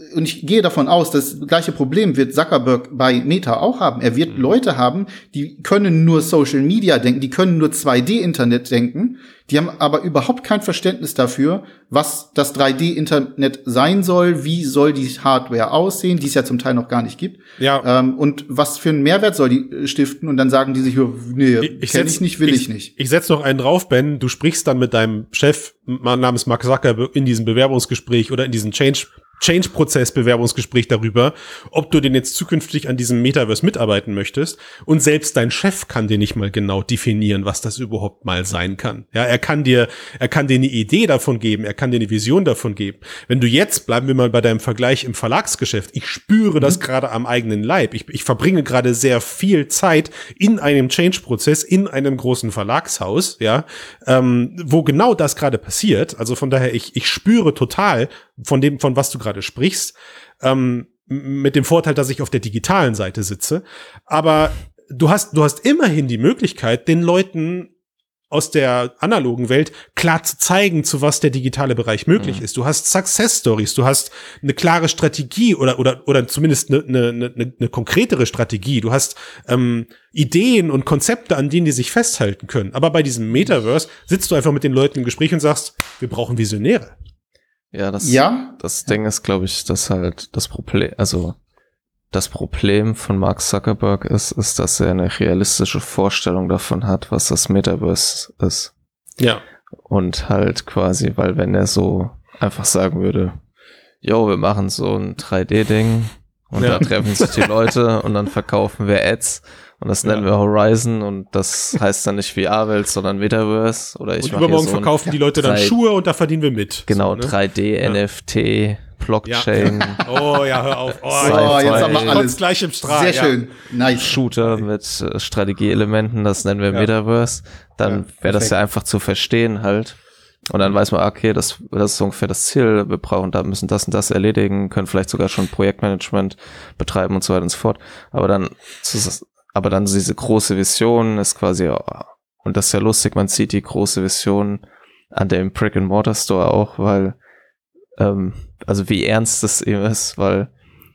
und ich gehe davon aus, das gleiche Problem wird Zuckerberg bei Meta auch haben. Er wird Leute haben, die können nur Social Media denken, die können nur zwei D Internet denken, die haben aber überhaupt kein Verständnis dafür, was das drei D Internet sein soll, wie soll die Hardware aussehen, die es ja zum Teil noch gar nicht gibt. Ja. Ähm, und was für einen Mehrwert soll die stiften? Und dann sagen die sich, nee, ich, kenn ich nicht, will ich, ich nicht. Ich, ich setz noch einen drauf, Ben. Du sprichst dann mit deinem Chef namens Mark Zuckerberg in diesem Bewerbungsgespräch oder in diesem Change Change-Prozess-Bewerbungsgespräch darüber, ob du denn jetzt zukünftig an diesem Metaverse mitarbeiten möchtest. Und selbst dein Chef kann dir nicht mal genau definieren, was das überhaupt mal sein kann. Ja, er kann dir, er kann dir eine Idee davon geben, er kann dir eine Vision davon geben. Wenn du jetzt, bleiben wir mal bei deinem Vergleich im Verlagsgeschäft, ich spüre mhm. das gerade am eigenen Leib. Ich, ich verbringe gerade sehr viel Zeit in einem Change-Prozess, in einem großen Verlagshaus, ja, ähm, wo genau das gerade passiert. Also von daher, ich, ich spüre total von dem, von was du gerade sprichst, ähm, mit dem Vorteil, dass ich auf der digitalen Seite sitze. Aber du hast, du hast immerhin die Möglichkeit, den Leuten aus der analogen Welt klar zu zeigen, zu was der digitale Bereich möglich mhm. ist. Du hast Success Stories, du hast eine klare Strategie oder oder oder zumindest eine eine, eine, eine konkretere Strategie. Du hast ähm, Ideen und Konzepte, an denen die sich festhalten können. Aber bei diesem Metaverse sitzt du einfach mit den Leuten im Gespräch und sagst, wir brauchen Visionäre. Ja, das, ja? das Ding ist, glaube ich, dass halt das Problem, also das Problem von Mark Zuckerberg ist, ist, dass er eine realistische Vorstellung davon hat, was das Metaverse ist. Ja. Und halt quasi, weil wenn er so einfach sagen würde, yo, wir machen so ein drei D Ding und ja. da treffen sich die Leute und dann verkaufen wir Ads und das nennen ja. wir Horizon und das heißt dann nicht V R-Welt, sondern Metaverse. Oder ich und übermorgen so verkaufen die Leute dann Schuhe und da verdienen wir mit. Genau, so, ne? drei D, ja. N F T, Blockchain. Ja. Oh ja, hör auf. Oh, oh jetzt haben wir alles gleich im Strahl. Sehr schön. Ja. Nice. Shooter mit äh, Strategieelementen, das nennen wir ja. Metaverse. Dann ja, wäre das ja einfach zu verstehen halt. Und dann weiß man, okay, das, das ist ungefähr das Ziel. Wir brauchen, da müssen das und das erledigen, können vielleicht sogar schon Projektmanagement betreiben und so weiter und so fort. Aber dann, aber dann diese große Vision ist quasi, und das ist ja lustig, man sieht die große Vision an dem Brick-and-Mortar-Store auch, weil ähm, also wie ernst das eben ist, weil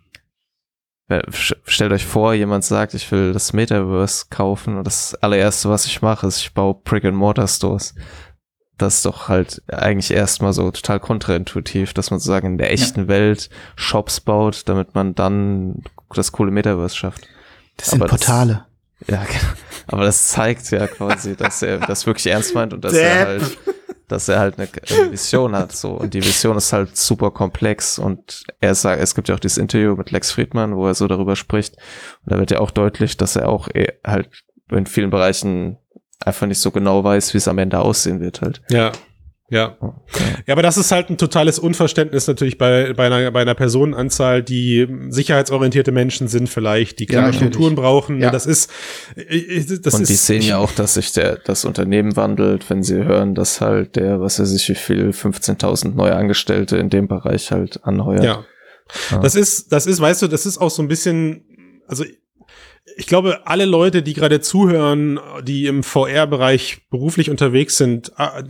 stellt euch vor, jemand sagt, ich will das Metaverse kaufen und das allererste, was ich mache, ist, ich baue Brick-and-Mortar-Stores. Das ist doch halt eigentlich erstmal so total kontraintuitiv, dass man sozusagen in der echten ja. Welt Shops baut, damit man dann das coole Metaverse schafft. Das sind aber Portale. Das, ja, aber das zeigt ja quasi, dass er das wirklich ernst meint und dass er halt dass er halt eine, eine Vision hat, so. Und die Vision ist halt super komplex und er sagt, es gibt ja auch dieses Interview mit Lex Fridman, wo er so darüber spricht. Und da wird ja auch deutlich, dass er auch halt in vielen Bereichen einfach nicht so genau weiß, wie es am Ende aussehen wird halt. Ja. Ja. Okay. Ja, aber das ist halt ein totales Unverständnis natürlich bei, bei einer, bei einer Personenanzahl, die sicherheitsorientierte Menschen sind vielleicht, die klare ja, Strukturen brauchen. Ja. Das ist, das und ist. die sehen ja auch, dass sich der, das Unternehmen wandelt, wenn sie hören, dass halt der, was weiß ich, wie viel, fünfzehntausend neue Angestellte in dem Bereich halt anheuert. Ja. ja. Das ist, das ist, weißt du, das ist auch so ein bisschen, also, ich glaube, alle Leute, die gerade zuhören, die im V R-Bereich beruflich unterwegs sind,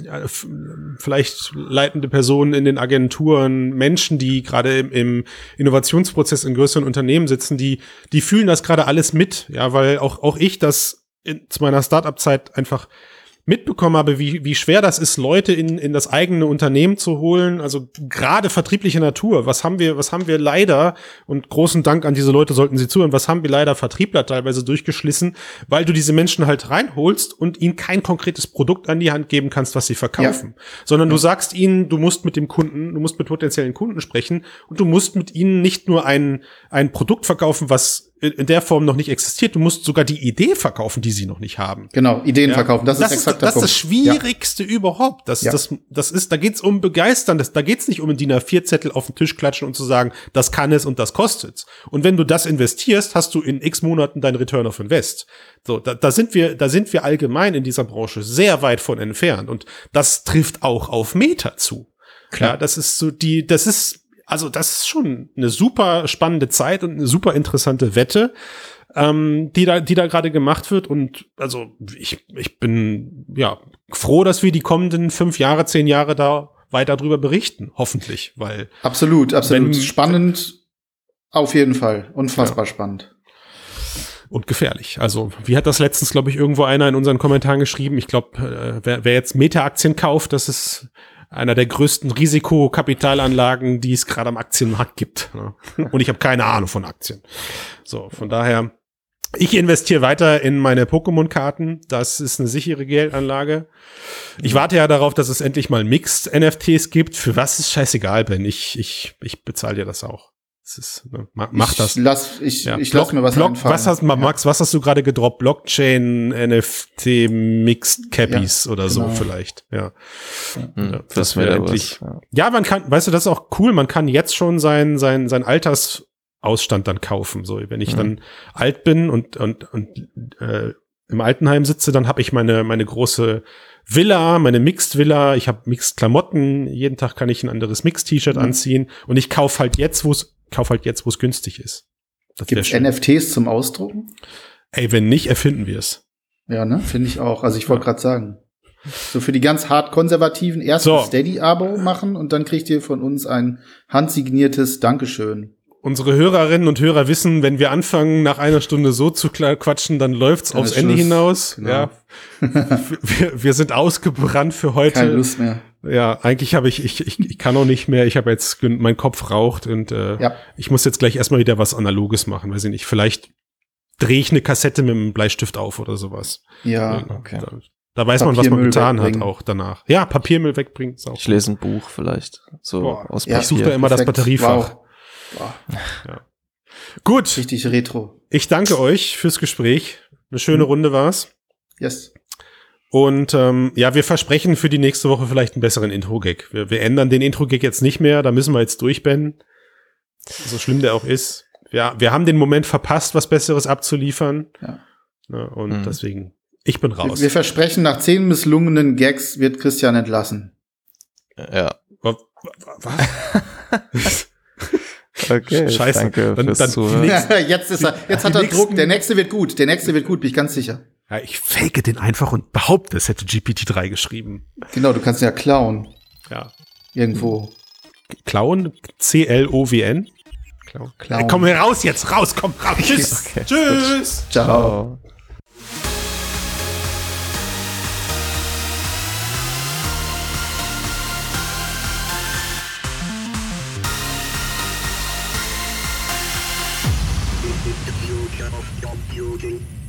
vielleicht leitende Personen in den Agenturen, Menschen, die gerade im, im Innovationsprozess in größeren Unternehmen sitzen, die, die fühlen das gerade alles mit, ja, weil auch, auch ich das in, zu meiner Startup-Zeit einfach mitbekommen habe, wie, wie schwer das ist, Leute in, in das eigene Unternehmen zu holen. Also gerade vertriebliche Natur. Was haben wir, was haben wir leider, und großen Dank an diese Leute, sollten sie zuhören, was haben wir leider Vertriebler teilweise durchgeschlissen, weil du diese Menschen halt reinholst und ihnen kein konkretes Produkt an die Hand geben kannst, was sie verkaufen. Ja. Sondern ja. du sagst ihnen, du musst mit dem Kunden, du musst mit potenziellen Kunden sprechen und du musst mit ihnen nicht nur ein, ein Produkt verkaufen, was in der Form noch nicht existiert. Du musst sogar die Idee verkaufen, die sie noch nicht haben. Genau, Ideen ja. verkaufen. Das, das ist exakt das, der das ist das Schwierigste ja. überhaupt. Das, ja. das, das ist, da geht's um Begeistern. Das, da geht's nicht um einen D I N A vier Zettel auf den Tisch klatschen und zu sagen, das kann es und das kostet's. Und wenn du das investierst, hast du in x Monaten dein Return of Invest. So, da, da sind wir, da sind wir allgemein in dieser Branche sehr weit von entfernt. Und das trifft auch auf Meta zu. Klar. Ja, das ist so die, das ist, also das ist schon eine super spannende Zeit und eine super interessante Wette, ähm, die da, die da gerade gemacht wird. Und also ich, ich bin ja froh, dass wir die kommenden fünf Jahre, zehn Jahre da weiter darüber berichten, hoffentlich, weil absolut, absolut wenn, spannend, auf jeden Fall, unfassbar ja. spannend. Und gefährlich. Also, wie hat das letztens, glaube ich, irgendwo einer in unseren Kommentaren geschrieben? Ich glaube, äh, wer, wer jetzt Meta-Aktien kauft, das ist einer der größten Risikokapitalanlagen, die es gerade am Aktienmarkt gibt. Ne? Und ich habe keine Ahnung von Aktien. So, von daher, ich investiere weiter in meine Pokémon-Karten. Das ist eine sichere Geldanlage. Ich warte ja darauf, dass es endlich mal Mixed-N F Ts gibt. Für was ist scheißegal, Ben. Ich, ich, ich bezahle dir das auch. Das ist, ne, mach ich das. Lass, ich ja. ich lass mir was Block, einfallen. Was hast, Max, was hast du gerade gedroppt? Blockchain, N F T, Mixed Cappies ja, oder genau. so vielleicht. Ja, mhm, ja das wäre endlich. Was, ja. ja, man kann, weißt du, das ist auch cool. Man kann jetzt schon sein, sein, sein Altersausstand dann kaufen. So, wenn ich mhm. dann alt bin und und und äh, im Altenheim sitze, dann habe ich meine meine große Villa, meine Mixed Villa. Ich habe Mixed Klamotten. Jeden Tag kann ich ein anderes Mixed T-Shirt mhm. anziehen und ich kaufe halt jetzt, wo es kauf halt jetzt, wo es günstig ist. Gibt es N F Ts zum Ausdrucken? Ey, wenn nicht, erfinden wir es. Ja, ne? Finde ich auch. Also ich wollte ja. gerade sagen. So für die ganz hart Konservativen erst so. ein Steady-Abo machen und dann kriegt ihr von uns ein handsigniertes Dankeschön. Unsere Hörerinnen und Hörer wissen, wenn wir anfangen, nach einer Stunde so zu quatschen, dann läuft's dann aufs Ende Schluss. hinaus. Genau. Ja. wir, wir sind ausgebrannt für heute. Keine Lust mehr. Ja, eigentlich habe ich, ich, ich, ich kann auch nicht mehr. Ich habe jetzt, mein Kopf raucht und äh, ja. ich muss jetzt gleich erstmal wieder was Analoges machen. Weiß ich nicht, vielleicht drehe ich eine Kassette mit einem Bleistift auf oder sowas. Ja, okay. Da, da weiß man, was man getan wegbringen. hat auch danach. Ja, Papiermüll wegbringen. Ist auch ich lese ein Buch vielleicht. So Boah. aus ja, ich suche da immer perfekt. das Batteriefach. Wow. Wow. Ja. Gut. Richtig retro. Ich danke euch fürs Gespräch. Eine schöne mhm. Runde war's. Yes. Und ähm, ja, wir versprechen für die nächste Woche vielleicht einen besseren Intro-Gag. Wir, wir ändern den Intro-Gag jetzt nicht mehr. Da müssen wir jetzt durch, Ben. So schlimm der auch ist. Ja, wir haben den Moment verpasst, was Besseres abzuliefern. Ja. Ja, und mhm. deswegen, ich bin raus. Wir, wir versprechen, nach zehn misslungenen Gags wird Christian entlassen. Ja. Was? Okay, Scheiße. Danke dann, fürs dann Zuhören. jetzt ist er, jetzt hat er nächsten, Druck. Der nächste wird gut. Der nächste wird gut, bin ich ganz sicher. Ja, ich fake den einfach und behaupte, es hätte G P T drei geschrieben. Genau, du kannst ja klauen. Ja. Irgendwo. Klauen? C L O W N? Klauen. Hey, komm raus jetzt, raus, komm raus. Tschüss. Okay, Tschüss. Gut. Ciao. Future of computing.